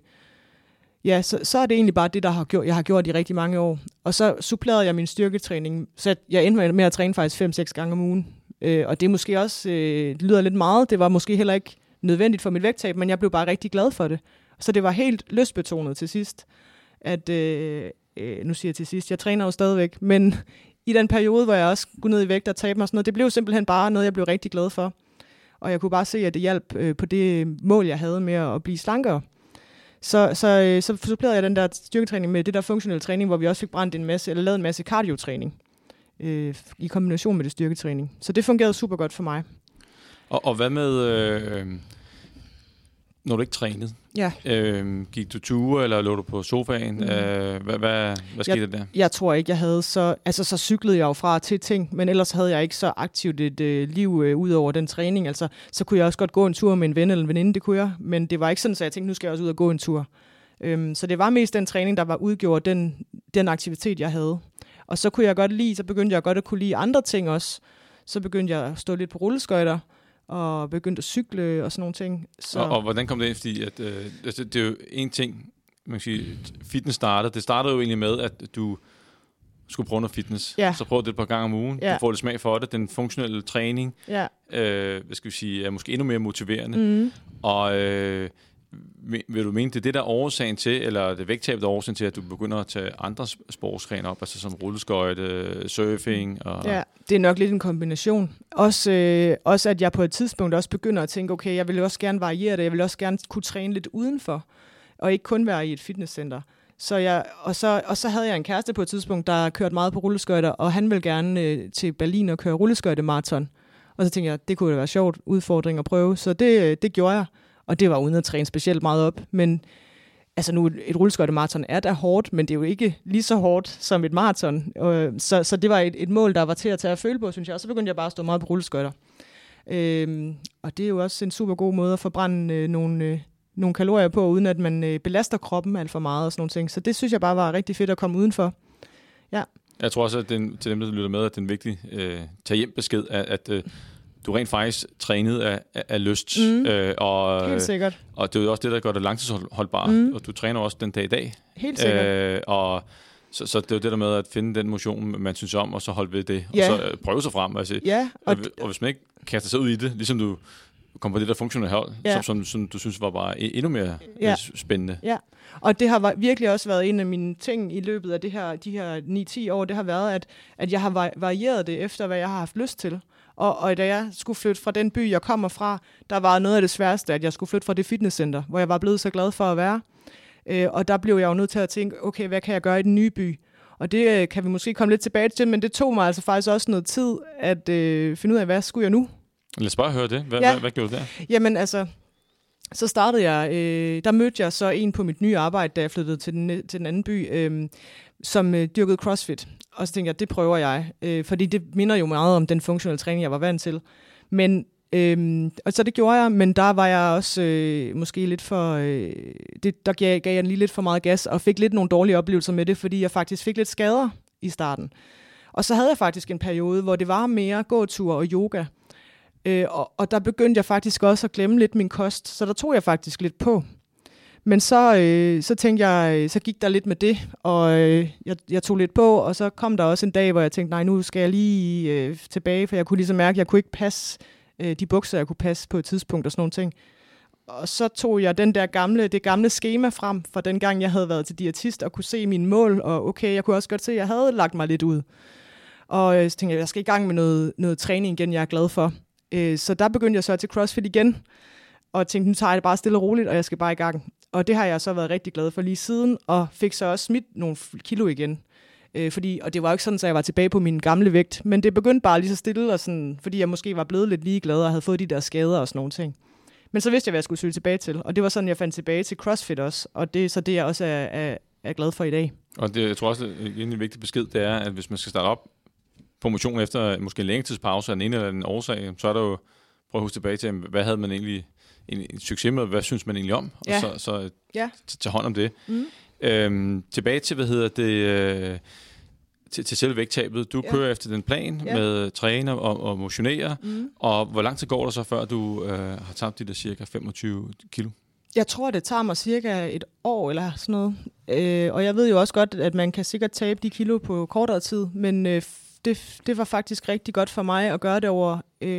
så er det egentlig bare det, jeg har gjort i rigtig mange år. Og så supplerede jeg min styrketræning, så jeg endte med at træne faktisk 5-6 gange om ugen. Og det måske også, det lyder lidt meget, det var måske heller ikke nødvendigt for mit vægttab, men jeg blev bare rigtig glad for det. Så det var helt lystbetonet til sidst, at nu siger jeg til sidst, jeg træner jo stadigvæk, men i den periode, hvor jeg også skulle ned i vægt og tabe mig sådan noget, det blev simpelthen bare noget, jeg blev rigtig glad for. Og jeg kunne bare se, at det hjalp på det mål, jeg havde med at blive slankere. Så supplerede jeg den der styrketræning med det der funktionelle træning, hvor vi også fik brændt lavet en masse cardio-træning i kombination med det styrketræning. Så det fungerede super godt for mig. Og hvad med, når du ikke trænede? Ja. Gik du ture, eller lå du på sofaen? Hvad skete der? Jeg tror ikke, jeg havde så cyklede jeg jo fra til ting, men ellers havde jeg ikke så aktivt et liv ud over den træning. Altså, så kunne jeg også godt gå en tur med en ven eller en veninde, det kunne jeg, men det var ikke sådan, så jeg tænkte, nu skal jeg også ud og gå en tur. Så det var mest den træning, der var udgjort den aktivitet, jeg havde. Og så kunne jeg godt lide, så begyndte jeg godt at kunne lide andre ting også. Så begyndte jeg at stå lidt på rulleskøjter, og begyndte at cykle og sådan nogle ting. Så. Og hvordan kom det ind? Fordi at, det er jo en ting, man kan sige, fitness startede. Det startede jo egentlig med, at du skulle prøve noget fitness. Ja. Så prøvede det et par gange om ugen. Ja. Du får lidt smag for det. Den funktionelle træning, hvad skal vi sige, er måske endnu mere motiverende. Og vil du mene, det er det, der er årsagen til, eller det vægttab, der er årsagen til, at du begynder at tage andre sportsgrene op, altså som rulleskøjte, surfing? Og ja, det er nok lidt en kombination. Også at jeg på et tidspunkt også begynder at tænke, okay, jeg vil også gerne variere det, jeg vil også gerne kunne træne lidt udenfor, og ikke kun være i et fitnesscenter. Så havde jeg en kæreste på et tidspunkt, der kørte meget på rulleskøjter, og han ville gerne til Berlin og køre rulleskøjtemaraton. Og så tænkte jeg, det kunne da være sjovt udfordring at prøve, så det gjorde jeg. Og det var uden at træne specielt meget op. Men altså nu, et rulleskøjtemaraton er da hårdt, men det er jo ikke lige så hårdt som et maraton. Så det var et mål, der var til at tage at føle på, synes jeg. Og så begyndte jeg bare at stå meget på rulleskøjter. Og det er jo også en super god måde at forbrænde nogle kalorier på, uden at man belaster kroppen alt for meget og sådan nogle ting. Så det synes jeg bare var rigtig fedt at komme udenfor. Ja. Jeg tror også, at til dem, der lytter med, at den vigtige tag hjem besked, at du rent faktisk trænede af lyst. Helt sikkert. Og det er jo også det, der gør det langtidsholdbart. Og du træner også den dag i dag. Helt sikkert. Så det er jo det der med at finde den motion, man synes om, og så holde ved det. Ja. Og så prøve sig frem. Altså, og hvis man ikke kaster sig ud i det, ligesom du kom på det der funktionelle hold, som du synes var bare endnu mere spændende. Ja. Og det har virkelig også været en af mine ting i løbet af de her 9-10 år, det har været, at jeg har varieret det efter, hvad jeg har haft lyst til. Og da jeg skulle flytte fra den by, jeg kommer fra, der var noget af det sværeste, at jeg skulle flytte fra det fitnesscenter, hvor jeg var blevet så glad for at være. Og der blev jeg jo nødt til at tænke, okay, hvad kan jeg gøre i den nye by? Og det kan vi måske komme lidt tilbage til, men det tog mig altså faktisk også noget tid at finde ud af, hvad skulle jeg nu? Lad os bare høre det. Hvad gjorde du der? Jamen altså, så startede jeg, der mødte jeg så en på mit nye arbejde, da jeg flyttede til den anden by, som dyrkede CrossFit. Og så tænkte jeg, det prøver jeg, fordi det minder jo meget om den funktionelle træning, jeg var vant til. Men, og så det gjorde jeg, men der var jeg også måske lidt for, der gav jeg lige lidt for meget gas, og fik lidt nogle dårlige oplevelser med det, fordi jeg faktisk fik lidt skader i starten. Og så havde jeg faktisk en periode, hvor det var mere gåtur og yoga. Og der begyndte jeg faktisk også at glemme lidt min kost, så der tog jeg faktisk lidt på. Men så tænkte jeg, så gik der lidt med det, og jeg tog lidt på, og så kom der også en dag, hvor jeg tænkte, nej, nu skal jeg lige tilbage, for jeg kunne ligesom mærke, at jeg kunne ikke passe de bukser, jeg kunne passe på et tidspunkt og sådan nogle ting. Og så tog jeg det gamle skema frem, fra den gang jeg havde været til diætist, og kunne se mine mål, og okay, jeg kunne også godt se, at jeg havde lagt mig lidt ud. Og så tænkte jeg skal i gang med noget træning igen, jeg er glad for. Så der begyndte jeg så til CrossFit igen, og tænkte, nu tager jeg det bare stille og roligt, og jeg skal bare i gang. Og det har jeg så været rigtig glad for lige siden, og fik så også smidt nogle kilo igen. Og det var jo ikke sådan, at jeg var tilbage på min gamle vægt, men det begyndte bare lige så stille, og sådan, fordi jeg måske var blevet lidt ligeglad og havde fået de der skader og sådan nogle ting. Men så vidste jeg, hvad jeg skulle søge tilbage til, og det var sådan, jeg fandt tilbage til CrossFit også, og det er så det, jeg også er glad for i dag. Og det, jeg tror også, en vigtig besked, det er, at hvis man skal starte op på motion efter måske en længere tidspause af den ene eller den årsag, så er der jo, prøv at huske tilbage til, hvad havde man egentlig en succes med, hvad synes man egentlig om, og så tage hånd om det. Tilbage til, til selve vægttabet. Du kører efter den plan med træner og motionere, og hvor lang tid går der så, før du har tabt de der cirka 25 kilo? Jeg tror, det tager mig cirka et år eller sådan noget. Og jeg ved jo også godt, at man kan sikkert tabe de kilo på kortere tid, men det var faktisk rigtig godt for mig at gøre det over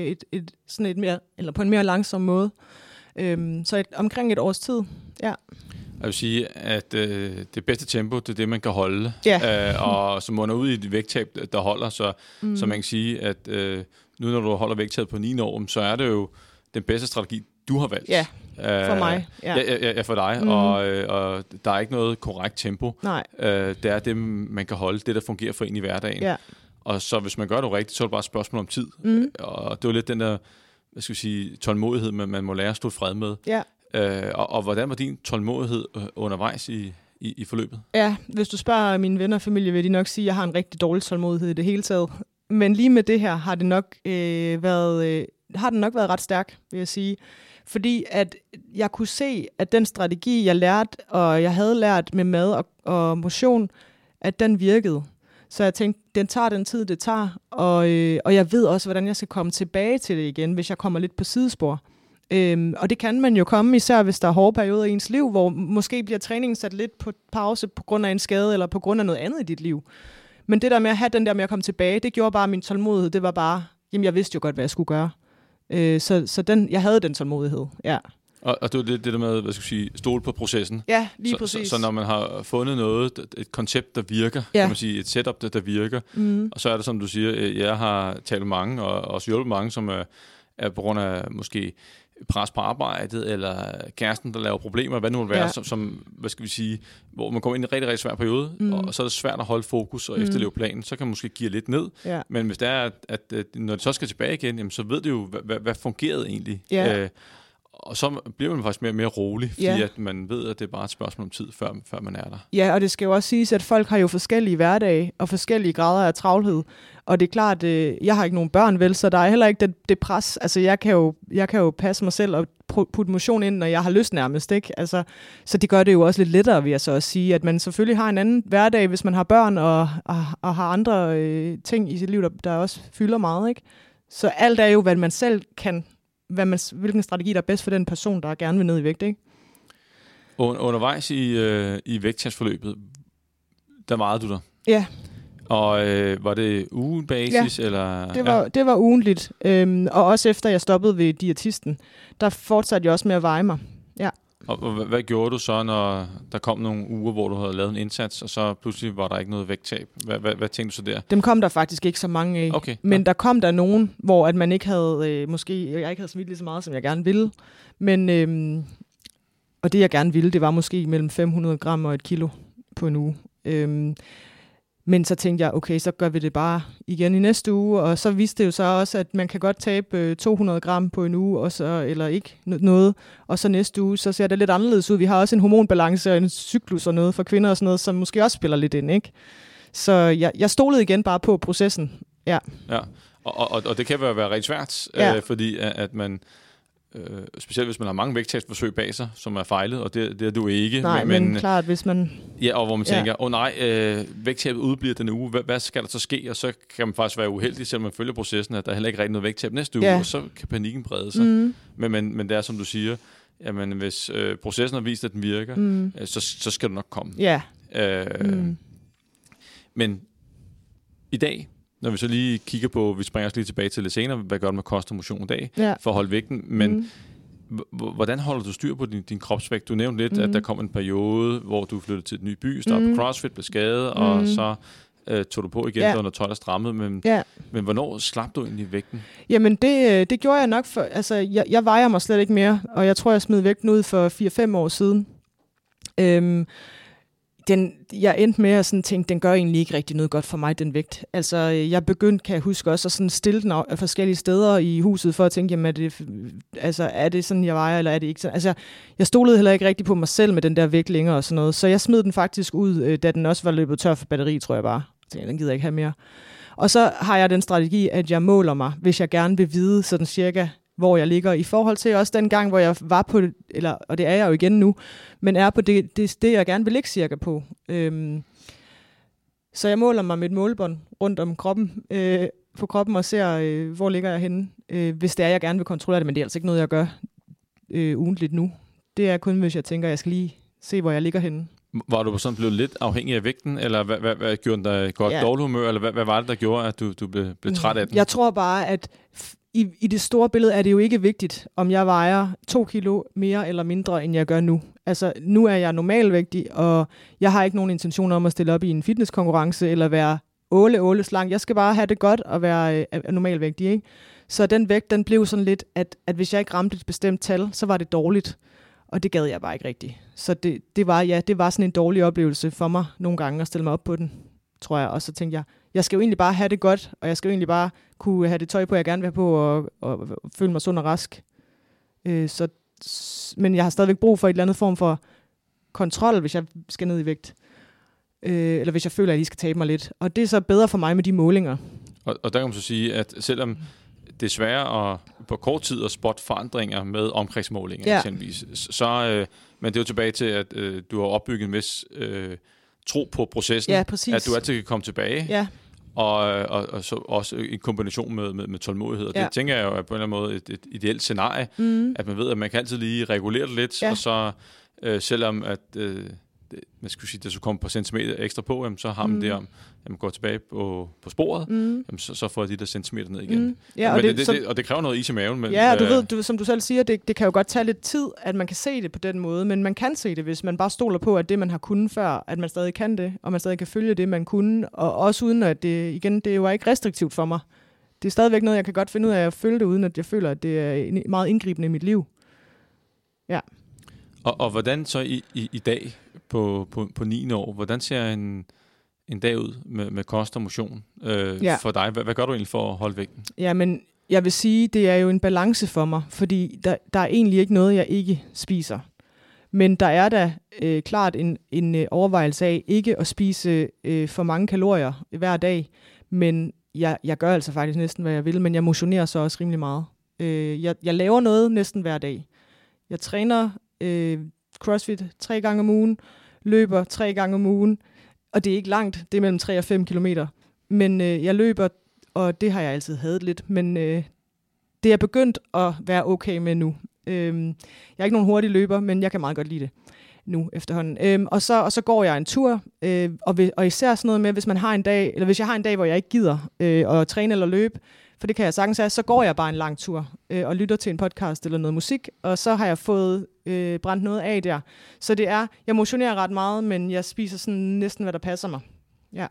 på en mere langsom måde. Så omkring et års tid, ja. Jeg vil sige, at det bedste tempo, det er det, man kan holde. Og som munder ud i et vægttab, der holder. Så man kan sige, at nu når du holder vægttabet på 9 år, så er det jo den bedste strategi, du har valgt. Ja, For mig, ja. Ja, for dig, og der er ikke noget korrekt tempo. Nej. Det er det, man kan holde, det der fungerer for en i hverdagen. Ja. Og så hvis man gør det rigtigt, så er det bare et spørgsmål om tid. Og det var lidt den der, hvad skal jeg sige, tålmodighed, man må lære at stå fred med. Ja. Og hvordan var din tålmodighed undervejs i forløbet? Ja, hvis du spørger mine venner og familie, vil de nok sige, at jeg har en rigtig dårlig tålmodighed i det hele taget. Men lige med det her har det nok været ret stærk, vil jeg sige. Fordi at jeg kunne se, at den strategi, jeg lærte, og jeg havde lært med mad og motion, at den virkede. Så jeg tænkte, den tager den tid, det tager, og jeg ved også, hvordan jeg skal komme tilbage til det igen, hvis jeg kommer lidt på sidespor. Og det kan man jo komme, især hvis der er hårde perioder i ens liv, hvor måske bliver træningen sat lidt på pause på grund af en skade, eller på grund af noget andet i dit liv. Men det der med at have den der med at komme tilbage, det gjorde bare min tålmodighed. Det var bare, jamen jeg vidste jo godt, hvad jeg skulle gøre. Så jeg havde den tålmodighed, ja. Og det var det der med, hvad skal jeg sige, stole på processen. Ja, lige præcis. Så når man har fundet noget, et koncept, der virker, kan man sige, et setup, der virker, og så er det, som du siger, jeg har talt med mange, og også hjulpet mange, som er på grund af måske pres på arbejdet, eller kæresten, der laver problemer, hvad nu vil være, som, hvad skal vi sige, hvor man kommer ind i en rigtig, rigtig svær periode, og så er det svært at holde fokus og efterleve planen, så kan man måske give lidt ned. Ja. Men hvis det er, at når det så skal tilbage igen, jamen, så ved det jo, hvad fungerede egentlig. Ja. Og så bliver man faktisk mere rolig, fordi at man ved, at det er bare et spørgsmål om tid, før man er der. Ja, og det skal jo også siges, at folk har jo forskellige hverdage og forskellige grader af travlhed. Og det er klart, jeg har ikke nogen børn, vel, så der er heller ikke det pres. Altså, jeg kan jo passe mig selv og putte motion ind, når jeg har lyst nærmest, ikke? Altså, så det gør det jo også lidt lettere, vil jeg så også sige, at man selvfølgelig har en anden hverdag, hvis man har børn og har andre ting i sit liv, der også fylder meget, ikke? Så alt er jo, hvad man selv kan, hvilken strategi, der er bedst for den person, der gerne vil ned i vægt, ikke? Undervejs i vægttabsforløbet, der vejede du dig? Ja. Og var det ugebasis? Ja, eller? Det var ugentligt. Og også efter jeg stoppede ved diætisten, der fortsatte jeg også med at veje mig. Ja. Og hvad gjorde du så, når der kom nogle uger, hvor du havde lavet en indsats, og så pludselig var der ikke noget vægttab? Hvad tænkte du så der? Dem kom der faktisk ikke så mange af. Okay, men der kom der nogen, hvor at man ikke havde, jeg ikke havde smidt lige så meget, som jeg gerne ville. Men, og det jeg gerne ville, det var måske mellem 500 gram og 1 kilo på en uge. Men så tænkte jeg, okay, så gør vi det bare igen i næste uge, og så viste det jo så også, at man kan godt tabe 200 gram på en uge, og så, eller ikke noget, og så næste uge, så ser det lidt anderledes ud. Vi har også en hormonbalance og en cyklus og noget for kvinder og sådan noget, som måske også spiller lidt ind, ikke? Så jeg stolede igen bare på processen, ja. Ja, og det kan være rigtig svært, fordi at man... specielt hvis man har mange vægttabsforsøg bag sig, som er fejlet, og det er du ikke. Nej, men klart, hvis man... Ja, og hvor man tænker, vægttabet udbliver denne uge, hvad skal der så ske? Og så kan man faktisk være uheldig, selvom man følger processen, at der heller ikke rigtig noget vægttab næste uge, og så kan panikken brede sig. Men det er, som du siger, jamen, hvis processen har vist, at den virker, så skal du nok komme. Ja. Men i dag, når vi så lige kigger på, vi springer os lige tilbage til lidt senere, hvad gør du med kost og motion i dag, for at holde vægten, men hvordan holder du styr på din kropsvægt? Du nævnte lidt, at der kom en periode, hvor du flyttede til et ny by, startede på CrossFit, blev skadet, og så tog du på igen, når tøjet er strammet, men hvornår slap du egentlig vægten? Jamen det gjorde jeg nok, for altså jeg vejer mig slet ikke mere, og jeg tror, jeg smed vægten ud for 4-5 år siden. Jeg endte med at sådan tænke, den gør egentlig ikke rigtig noget godt for mig, den vægt. Altså, jeg begyndte, kan jeg huske også, at sådan stille den af forskellige steder i huset, for at tænke, jamen, er det sådan, jeg vejer, eller er det ikke sådan? Altså, jeg stolede heller ikke rigtig på mig selv med den der vægt længere og sådan noget, så jeg smed den faktisk ud, da den også var løbet tør for batteri, tror jeg bare. Jeg tænkte, den gider jeg ikke have mere. Og så har jeg den strategi, at jeg måler mig, hvis jeg gerne vil vide sådan cirka, hvor jeg ligger, i forhold til også den gang, hvor jeg var på, og det er jeg jo igen nu, men er på det jeg gerne vil ligge cirka på. Så jeg måler mig med et målebånd rundt om kroppen, på kroppen og ser, hvor ligger jeg henne, hvis det er, jeg gerne vil kontrollere det, men det er altså ikke noget, jeg gør ugentligt nu. Det er kun, hvis jeg tænker, jeg skal lige se, hvor jeg ligger henne. Var du sådan blevet lidt afhængig af vægten, eller hvad gjorde dig godt dårligt humør, eller hvad var det, der gjorde, at du blev træt af den? Jeg tror bare, at i det store billede er det jo ikke vigtigt, om jeg vejer 2 kilo mere eller mindre, end jeg gør nu. Altså, nu er jeg normalvægtig, og jeg har ikke nogen intention om at stille op i en fitnesskonkurrence, eller være åle slank. Jeg skal bare have det godt og være normalvægtig, ikke? Så den vægt, den blev sådan lidt, at hvis jeg ikke ramte et bestemt tal, så var det dårligt. Og det gad jeg bare ikke rigtigt. Så det var sådan en dårlig oplevelse for mig nogle gange at stille mig op på den, tror jeg. Og så tænkte jeg skal jo egentlig bare have det godt, og jeg skal jo egentlig bare kunne have det tøj på, jeg gerne vil have på, og føle mig sund og rask. Men jeg har stadigvæk brug for et eller andet form for kontrol, hvis jeg skal ned i vægt. Eller hvis jeg føler, at jeg lige skal tabe mig lidt. Og det er så bedre for mig med de målinger. Og der kan man så sige, at selvom det er sværere at på kort tid at spotte forandringer med omkredsmålinger, eksempelvis, så, men det er jo tilbage til, at du har opbygget en vis tro på processen, at du altid kan komme tilbage. Ja. Og så også en kombination med tålmodighed. Og det tænker jeg jo er på en eller anden måde et ideelt scenarie, at man ved, at man kan altid lige regulere det lidt, og så selvom at man skulle sige, der skulle komme et par centimeter ekstra på, jamen, så har man det om, at man går tilbage på sporet, jamen, så får de der centimeter ned igen. Ja, og det kræver noget is i maven. Men, ja, du ved, som du selv siger, det kan jo godt tage lidt tid, at man kan se det på den måde, men man kan se det, hvis man bare stoler på, at det, man har kunnet før, at man stadig kan det, og man stadig kan følge det, man kunne, og også uden at det jo er ikke restriktivt for mig. Det er stadigvæk noget, jeg kan godt finde ud af at følge det, uden at jeg føler, at det er meget indgribende i mit liv. Ja. Og hvordan så i dag på 9. år, hvordan ser en dag ud med kost og motion for dig? Hvad gør du egentlig for at holde vægten? Jamen, jeg vil sige, det er jo en balance for mig, fordi der er egentlig ikke noget, jeg ikke spiser. Men der er da klart en overvejelse af ikke at spise for mange kalorier hver dag, men jeg gør altså faktisk næsten, hvad jeg vil, men jeg motionerer så også rimelig meget. Jeg laver noget næsten hver dag. Jeg træner CrossFit 3 gange om ugen, løber 3 gange om ugen, og det er ikke langt, det er mellem 3 og 5 kilometer. Men jeg løber, og det har jeg altid hadet lidt, men det er begyndt at være okay med nu. Jeg er ikke nogen hurtig løber, men jeg kan meget godt lide det nu efterhånden. Og så går jeg en tur, og især sådan noget med, hvis man har en dag, eller hvis jeg har en dag, hvor jeg ikke gider at træne eller løbe, for det kan jeg sagtens have, så går jeg bare en lang tur og lytter til en podcast eller noget musik, og så har jeg fået brændt noget af der. Så det er, jeg motionerer ret meget, men jeg spiser sådan næsten, hvad der passer mig. Ja.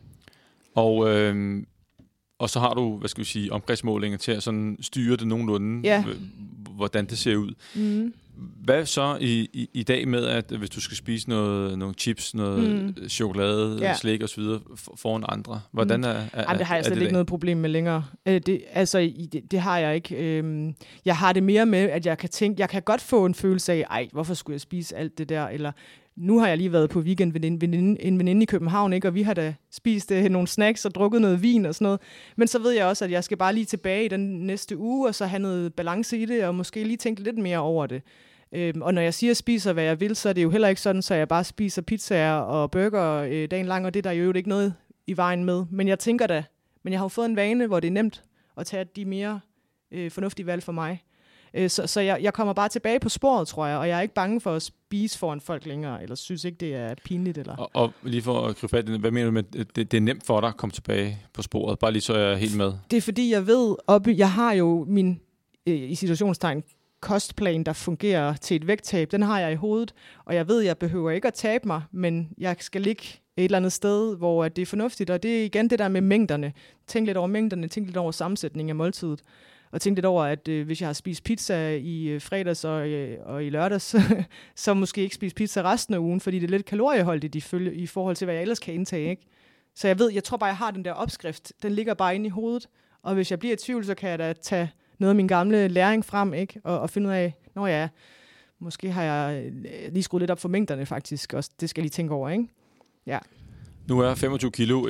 Og så har du, hvad skal vi sige, omkredsmålinger til at sådan styre det nogenlunde, hvordan det ser ud. Hvad så i dag med, at hvis du skal spise nogle chips, noget chokolade, slik og så videre foran andre? Hvordan er det har jeg slet ikke noget problem med længere. Det har jeg ikke. Jeg har det mere med, at jeg kan tænke, jeg kan godt få en følelse af, hvorfor skulle jeg spise alt det der, eller nu har jeg lige været på weekend ved en veninde i København, ikke? Og vi har da spist nogle snacks og drukket noget vin og sådan noget. Men så ved jeg også, at jeg skal bare lige tilbage i den næste uge, og så have noget balance i det, og måske lige tænke lidt mere over det. Og når jeg siger, at jeg spiser, hvad jeg vil, så er det jo heller ikke sådan, så jeg bare spiser pizzaer og burger dagen lang, og det er der jo ikke noget i vejen med. Men jeg tænker da, men jeg har jo fået en vane, hvor det er nemt at tage de mere fornuftige valg for mig. Så jeg kommer bare tilbage på sporet, tror jeg, og jeg er ikke bange for at spise foran folk længere, eller synes ikke, det er pinligt. Eller. Og lige for at gribe fat, hvad mener du med, det er nemt for dig at komme tilbage på sporet? Bare lige så jeg er helt med. Det er fordi, jeg ved, jeg har jo min, i situationstegn, kostplan, der fungerer til et vægttab, den har jeg i hovedet, og jeg ved, jeg behøver ikke at tabe mig, men jeg skal ligge et eller andet sted, hvor det er fornuftigt, og det er igen det der med mængderne. Tænk lidt over mængderne, tænk lidt over sammensætningen af måltidet. Og tænk lidt over, at hvis jeg har spist pizza i fredags og i lørdags, så måske ikke spise pizza resten af ugen, fordi det er lidt kalorieholdigt i forhold til, hvad jeg ellers kan indtage, ikke? Så jeg tror bare, jeg har den der opskrift. Den ligger bare inde i hovedet. Og hvis jeg bliver i tvivl, så kan jeg da tage noget af min gamle læring frem, ikke? Og finde ud af, måske har jeg lige skruet lidt op for mængderne faktisk. Og det skal jeg lige tænke over, ikke? Ja. Nu er 25 kilo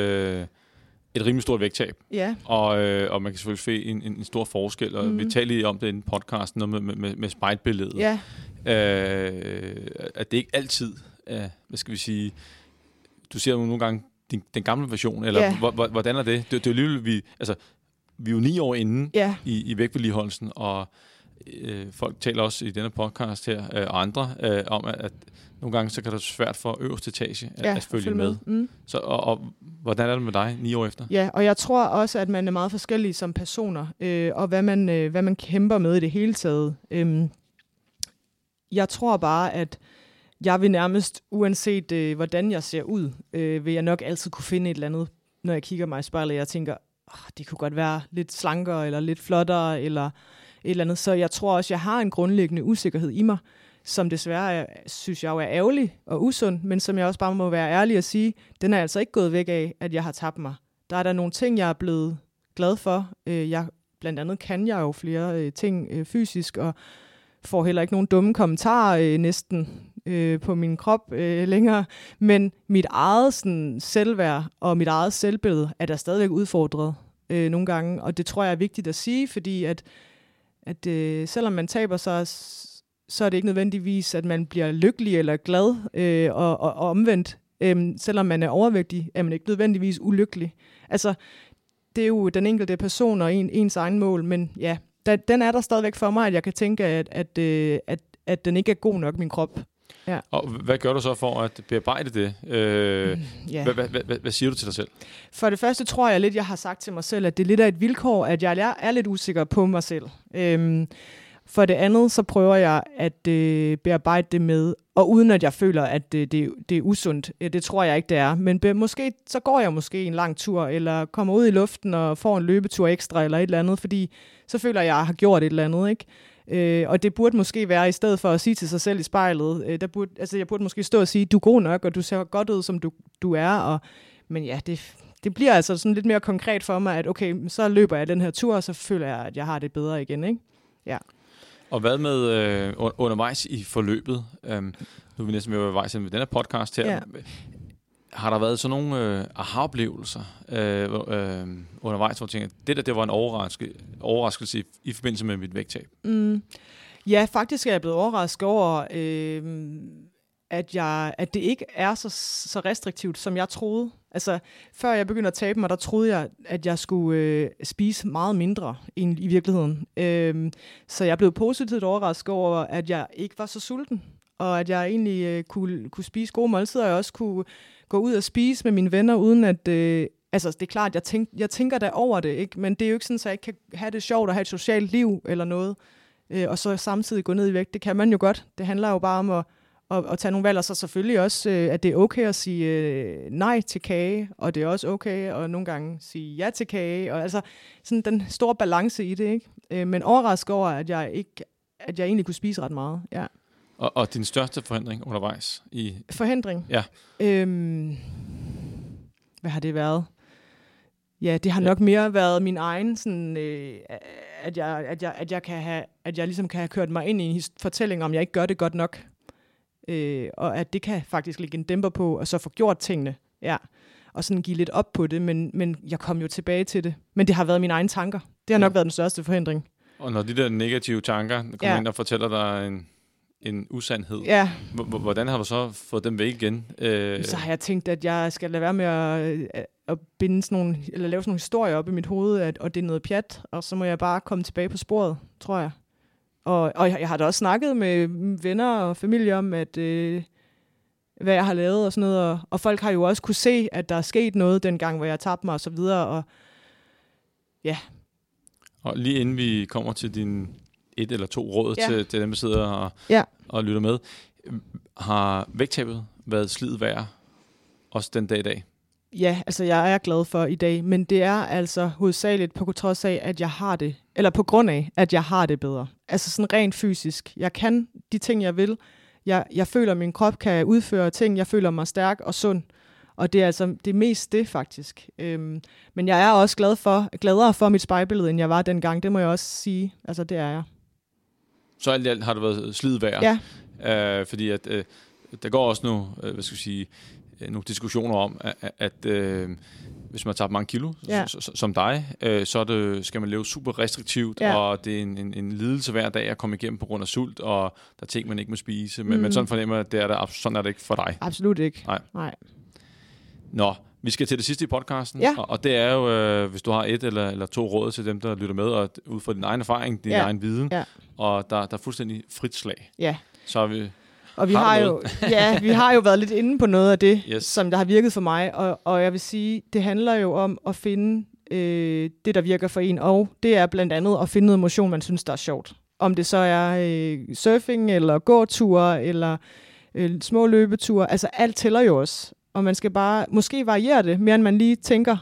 et rimelig stort vægttab. Ja. Og man kan selvfølgelig se en stor forskel, og vi taler lige om det i en podcast, noget med spejlbilledet. Ja. At det ikke altid er, hvad skal vi sige, du ser jo nogle gange den gamle version, eller hvordan er det? Det er jo alligevel, vi er jo 9 år inde i vægtvedligeholdelsen, og folk taler også i denne podcast her, og andre, om at nogle gange så kan det være svært for øverste etage at følge med. Så, og hvordan er det med dig 9 år efter? Ja, og jeg tror også, at man er meget forskellig som personer, og hvad man kæmper med i det hele taget. Jeg tror bare, at jeg vil nærmest, uanset hvordan jeg ser ud, vil jeg nok altid kunne finde et eller andet, når jeg kigger mig i spejlet, jeg tænker, de kunne godt være lidt slankere, eller lidt flottere, eller et eller andet. Så jeg tror også, jeg har en grundlæggende usikkerhed i mig, som desværre synes jeg jo er ærgerlig og usund, men som jeg også bare må være ærlig at sige, den er altså ikke gået væk af, at jeg har tabt mig. Der er der nogle ting, jeg er blevet glad for. Blandt andet kan jeg jo flere ting fysisk, og får heller ikke nogen dumme kommentarer næsten på min krop længere. Men mit eget sådan, selvværd og mit eget selvbillede er der stadigvæk udfordret nogle gange, og det tror jeg er vigtigt at sige, fordi at selvom man taber sig, så er det ikke nødvendigvis, at man bliver lykkelig eller glad, og omvendt. Selvom man er overvægtig, er man ikke nødvendigvis ulykkelig. Altså, det er jo den enkelte person og ens egen mål, men ja, den er der stadigvæk for mig, at jeg kan tænke, at den ikke er god nok, min krop. Ja. Og hvad gør du så for at bearbejde det? Hvad siger du til dig selv? For det første tror jeg lidt, jeg har sagt til mig selv, at det er lidt af et vilkår, at jeg er lidt usikker på mig selv. For det andet, så prøver jeg at bearbejde det med, og uden at jeg føler, at det er usundt. Det tror jeg ikke, det er. Men måske så går jeg måske en lang tur, eller kommer ud i luften og får en løbetur ekstra, eller et eller andet, fordi så føler jeg, at jeg har gjort et eller andet, ikke? Og det burde måske være, i stedet for at sige til sig selv i spejlet, jeg burde måske stå og sige, du er god nok, og du ser godt ud, som du er. Men ja, det bliver altså sådan lidt mere konkret for mig, at okay, så løber jeg den her tur, og så føler jeg, at jeg har det bedre igen, ikke? Ja. Og hvad med undervejs i forløbet? Nu er vi næsten ved at vejse med den her podcast her. Ja. Har der været sådan nogle aha-oplevelser undervejs, hvor du tænker, det var en overraskelse i forbindelse med mit vægttab? Ja, faktisk er jeg blevet overrasket over, at det ikke er så restriktivt, som jeg troede. Altså, før jeg begyndte at tabe mig, der troede jeg, at jeg skulle spise meget mindre i virkeligheden. Så jeg blev positivt overrasket over, at jeg ikke var så sulten, og at jeg egentlig kunne spise gode måltider, og jeg også kunne gå ud og spise med mine venner, uden at... altså, det er klart, jeg tænker da over det, ikke? Men det er jo ikke sådan, at jeg ikke kan have det sjovt og have et socialt liv eller noget, og så samtidig gå ned i vægt. Det kan man jo godt. Det handler jo bare om at tage nogle valg, og så selvfølgelig også, at det er okay at sige nej til kage, og det er også okay at nogle gange sige ja til kage, og altså sådan den store balance i det, ikke? Men overrasket over, at jeg egentlig kunne spise ret meget, ja. Og din største forhindring undervejs? Forhindring? Ja. Hvad har det været? Ja, det har nok mere været min egen, sådan, at jeg ligesom kan have kørt mig ind i en fortælling om, jeg ikke gør det godt nok. Og at det kan faktisk lægge en dæmper på, og så få gjort tingene, ja, og sådan give lidt op på det, men jeg kom jo tilbage til det. Men det har været mine egne tanker. Det har nok været den største forhindring. Og når de der negative tanker kommer ind og fortæller dig en usandhed, hvordan har du så fået dem væk igen? Så har jeg tænkt, at jeg skal lade være med at binde sådan nogle, eller lave sådan nogle historier op i mit hoved, og det er noget pjat, og så må jeg bare komme tilbage på sporet, tror jeg. Og jeg har da også snakket med venner og familie om, at hvad jeg har lavet og sådan noget, og folk har jo også kunne se, at der er sket noget dengang, hvor jeg tabte mig og så videre, og ja. Og lige inden vi kommer til din 1 eller 2 råd til dem, der sidder og lytter med, har vægttabet været slid værd også den dag i dag? Ja, altså jeg er glad for i dag, men det er altså hovedsageligt på trods af, at jeg har det, eller på grund af, at jeg har det bedre. Altså sådan rent fysisk. Jeg kan de ting, jeg vil. Jeg føler, at min krop kan udføre ting. Jeg føler mig stærk og sund. Og det er altså det mest det, faktisk. Men jeg er også gladere for mit spejlbillede, end jeg var dengang. Det må jeg også sige. Altså, det er jeg. Så alt i alt har det været slid værd? Ja. Fordi at der går også nogle diskussioner om, at hvis man tager mange kilo, som dig, så skal man leve super restriktivt, og det er en lidelse hver dag at komme igennem på grund af sult, og der er ting, man ikke må spise. Men sådan fornemmer jeg, at sådan er det ikke for dig. Absolut ikke. Nej. Nå, vi skal til det sidste i podcasten, og det er jo, hvis du har 1 eller 2 råd til dem, der lytter med, og ud fra din egen erfaring, din egen viden, og der er fuldstændig frit slag. Ja. Så er vi... Og vi har jo været lidt inde på noget af det, som der har virket for mig, og jeg vil sige, det handler jo om at finde det, der virker for en, og det er blandt andet at finde noget motion, man synes, der er sjovt. Om det så er surfing, eller gåture, eller små løbeture, altså alt tæller jo også, og man skal bare måske variere det, mere end man lige tænker,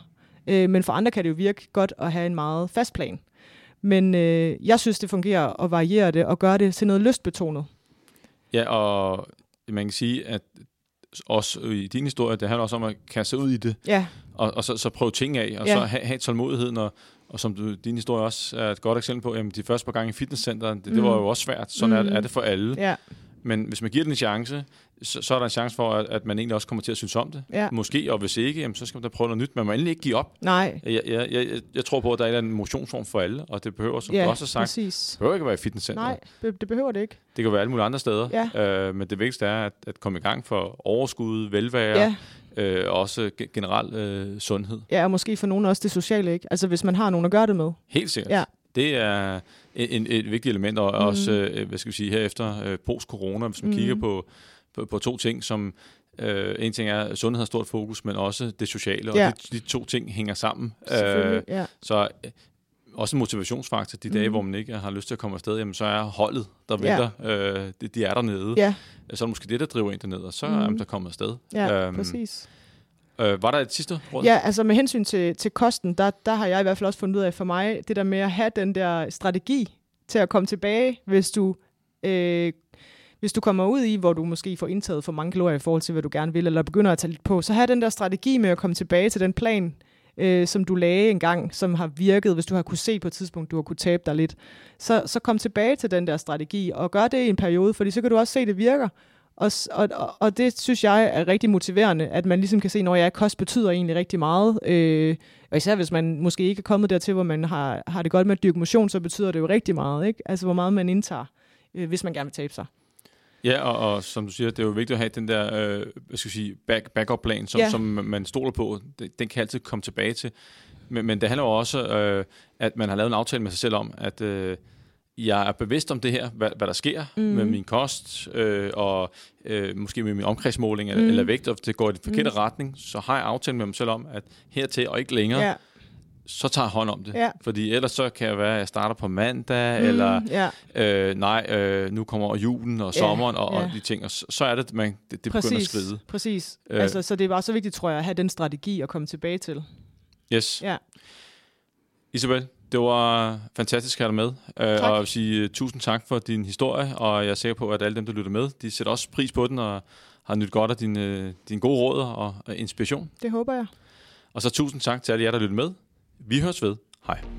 Men for andre kan det jo virke godt at have en meget fast plan. Men jeg synes, det fungerer at variere det og gøre det til noget lystbetonet. Ja, og man kan sige, at også i din historie, det handler også om at kaste ud i det. Ja. Og så prøve ting af, og så have tålmodigheden, og som din historie også er et godt eksempel på, jamen de første par gange i fitnesscenteret, det var jo også svært. Sådan er det for alle. Ja. Men hvis man giver den en chance, så er der en chance for, at man egentlig også kommer til at synes om det. Ja. Måske, og hvis ikke, jamen, så skal man da prøve noget nyt. Man må endelig ikke give op. Nej. Jeg tror på, at der er en motionsform for alle, og det behøver, som du også har sagt, det behøver ikke at være i fitnesscenter. Nej, det behøver det ikke. Det kan være alle mulige andre steder. Ja. Men det vigtigste er at komme i gang for overskud, velvære, også generelt sundhed. Ja, og måske for nogen også det sociale, ikke? Altså hvis man har nogen at gøre det med. Helt sikkert. Ja. Det er et vigtigt element, og også, hvad skal vi sige, herefter post-corona, hvis man kigger på to ting, som en ting er, sundhed har stort fokus, men også det sociale, og de to ting hænger sammen. Så også en motivationsfaktor, de dage, hvor man ikke har lyst til at komme afsted, jamen, så er holdet, der venter, de er dernede. Ja. Så er det måske det, der driver en derned, og så er der kommet afsted. Ja, præcis. Var der et sidste råd? Ja, altså med hensyn til kosten, der har jeg i hvert fald også fundet ud af for mig, det der med at have den der strategi til at komme tilbage, hvis du kommer ud i, hvor du måske får indtaget for mange kalorier i forhold til, hvad du gerne vil, eller begynder at tage lidt på, så have den der strategi med at komme tilbage til den plan, som du lagde engang, som har virket, hvis du har kunne se på et tidspunkt, du har kunne tabe dig lidt. Så kom tilbage til den der strategi, og gør det i en periode, fordi så kan du også se, at det virker. Og det synes jeg er rigtig motiverende, at man ligesom kan se, når kost betyder egentlig rigtig meget. Og især hvis man måske ikke er kommet dertil, hvor man har det godt med at dyrke motion, så betyder det jo rigtig meget, ikke? Altså hvor meget man indtager, hvis man gerne vil tabe sig. Ja, og som du siger, det er jo vigtigt at have den der backup-plan, som man stoler på. Den kan altid komme tilbage til. Men det handler jo også, at man har lavet en aftale med sig selv om, at jeg er bevidst om det her, hvad der sker med min kost, og måske med min omkredsmåling eller vægt, og det går i den forkerte retning, så har jeg aftalt med mig selv om, at hertil og ikke længere, så tager jeg hånd om det. Ja. Fordi ellers så kan jeg være, at jeg starter på mandag, eller nu kommer julen og sommeren og de ting, og så er det, det begynder at skride. Præcis. Altså, så det er bare så vigtigt, tror jeg, at have den strategi at komme tilbage til. Yes. Ja. Isabel, det var fantastisk at have dig med, og jeg vil sige tusind tak for din historie, og jeg er sikker på, at alle dem, der lytter med, de sætter også pris på den, og har nydt godt af dine gode råd og inspiration. Det håber jeg. Og så tusind tak til alle jer, der lytter med. Vi høres ved. Hej.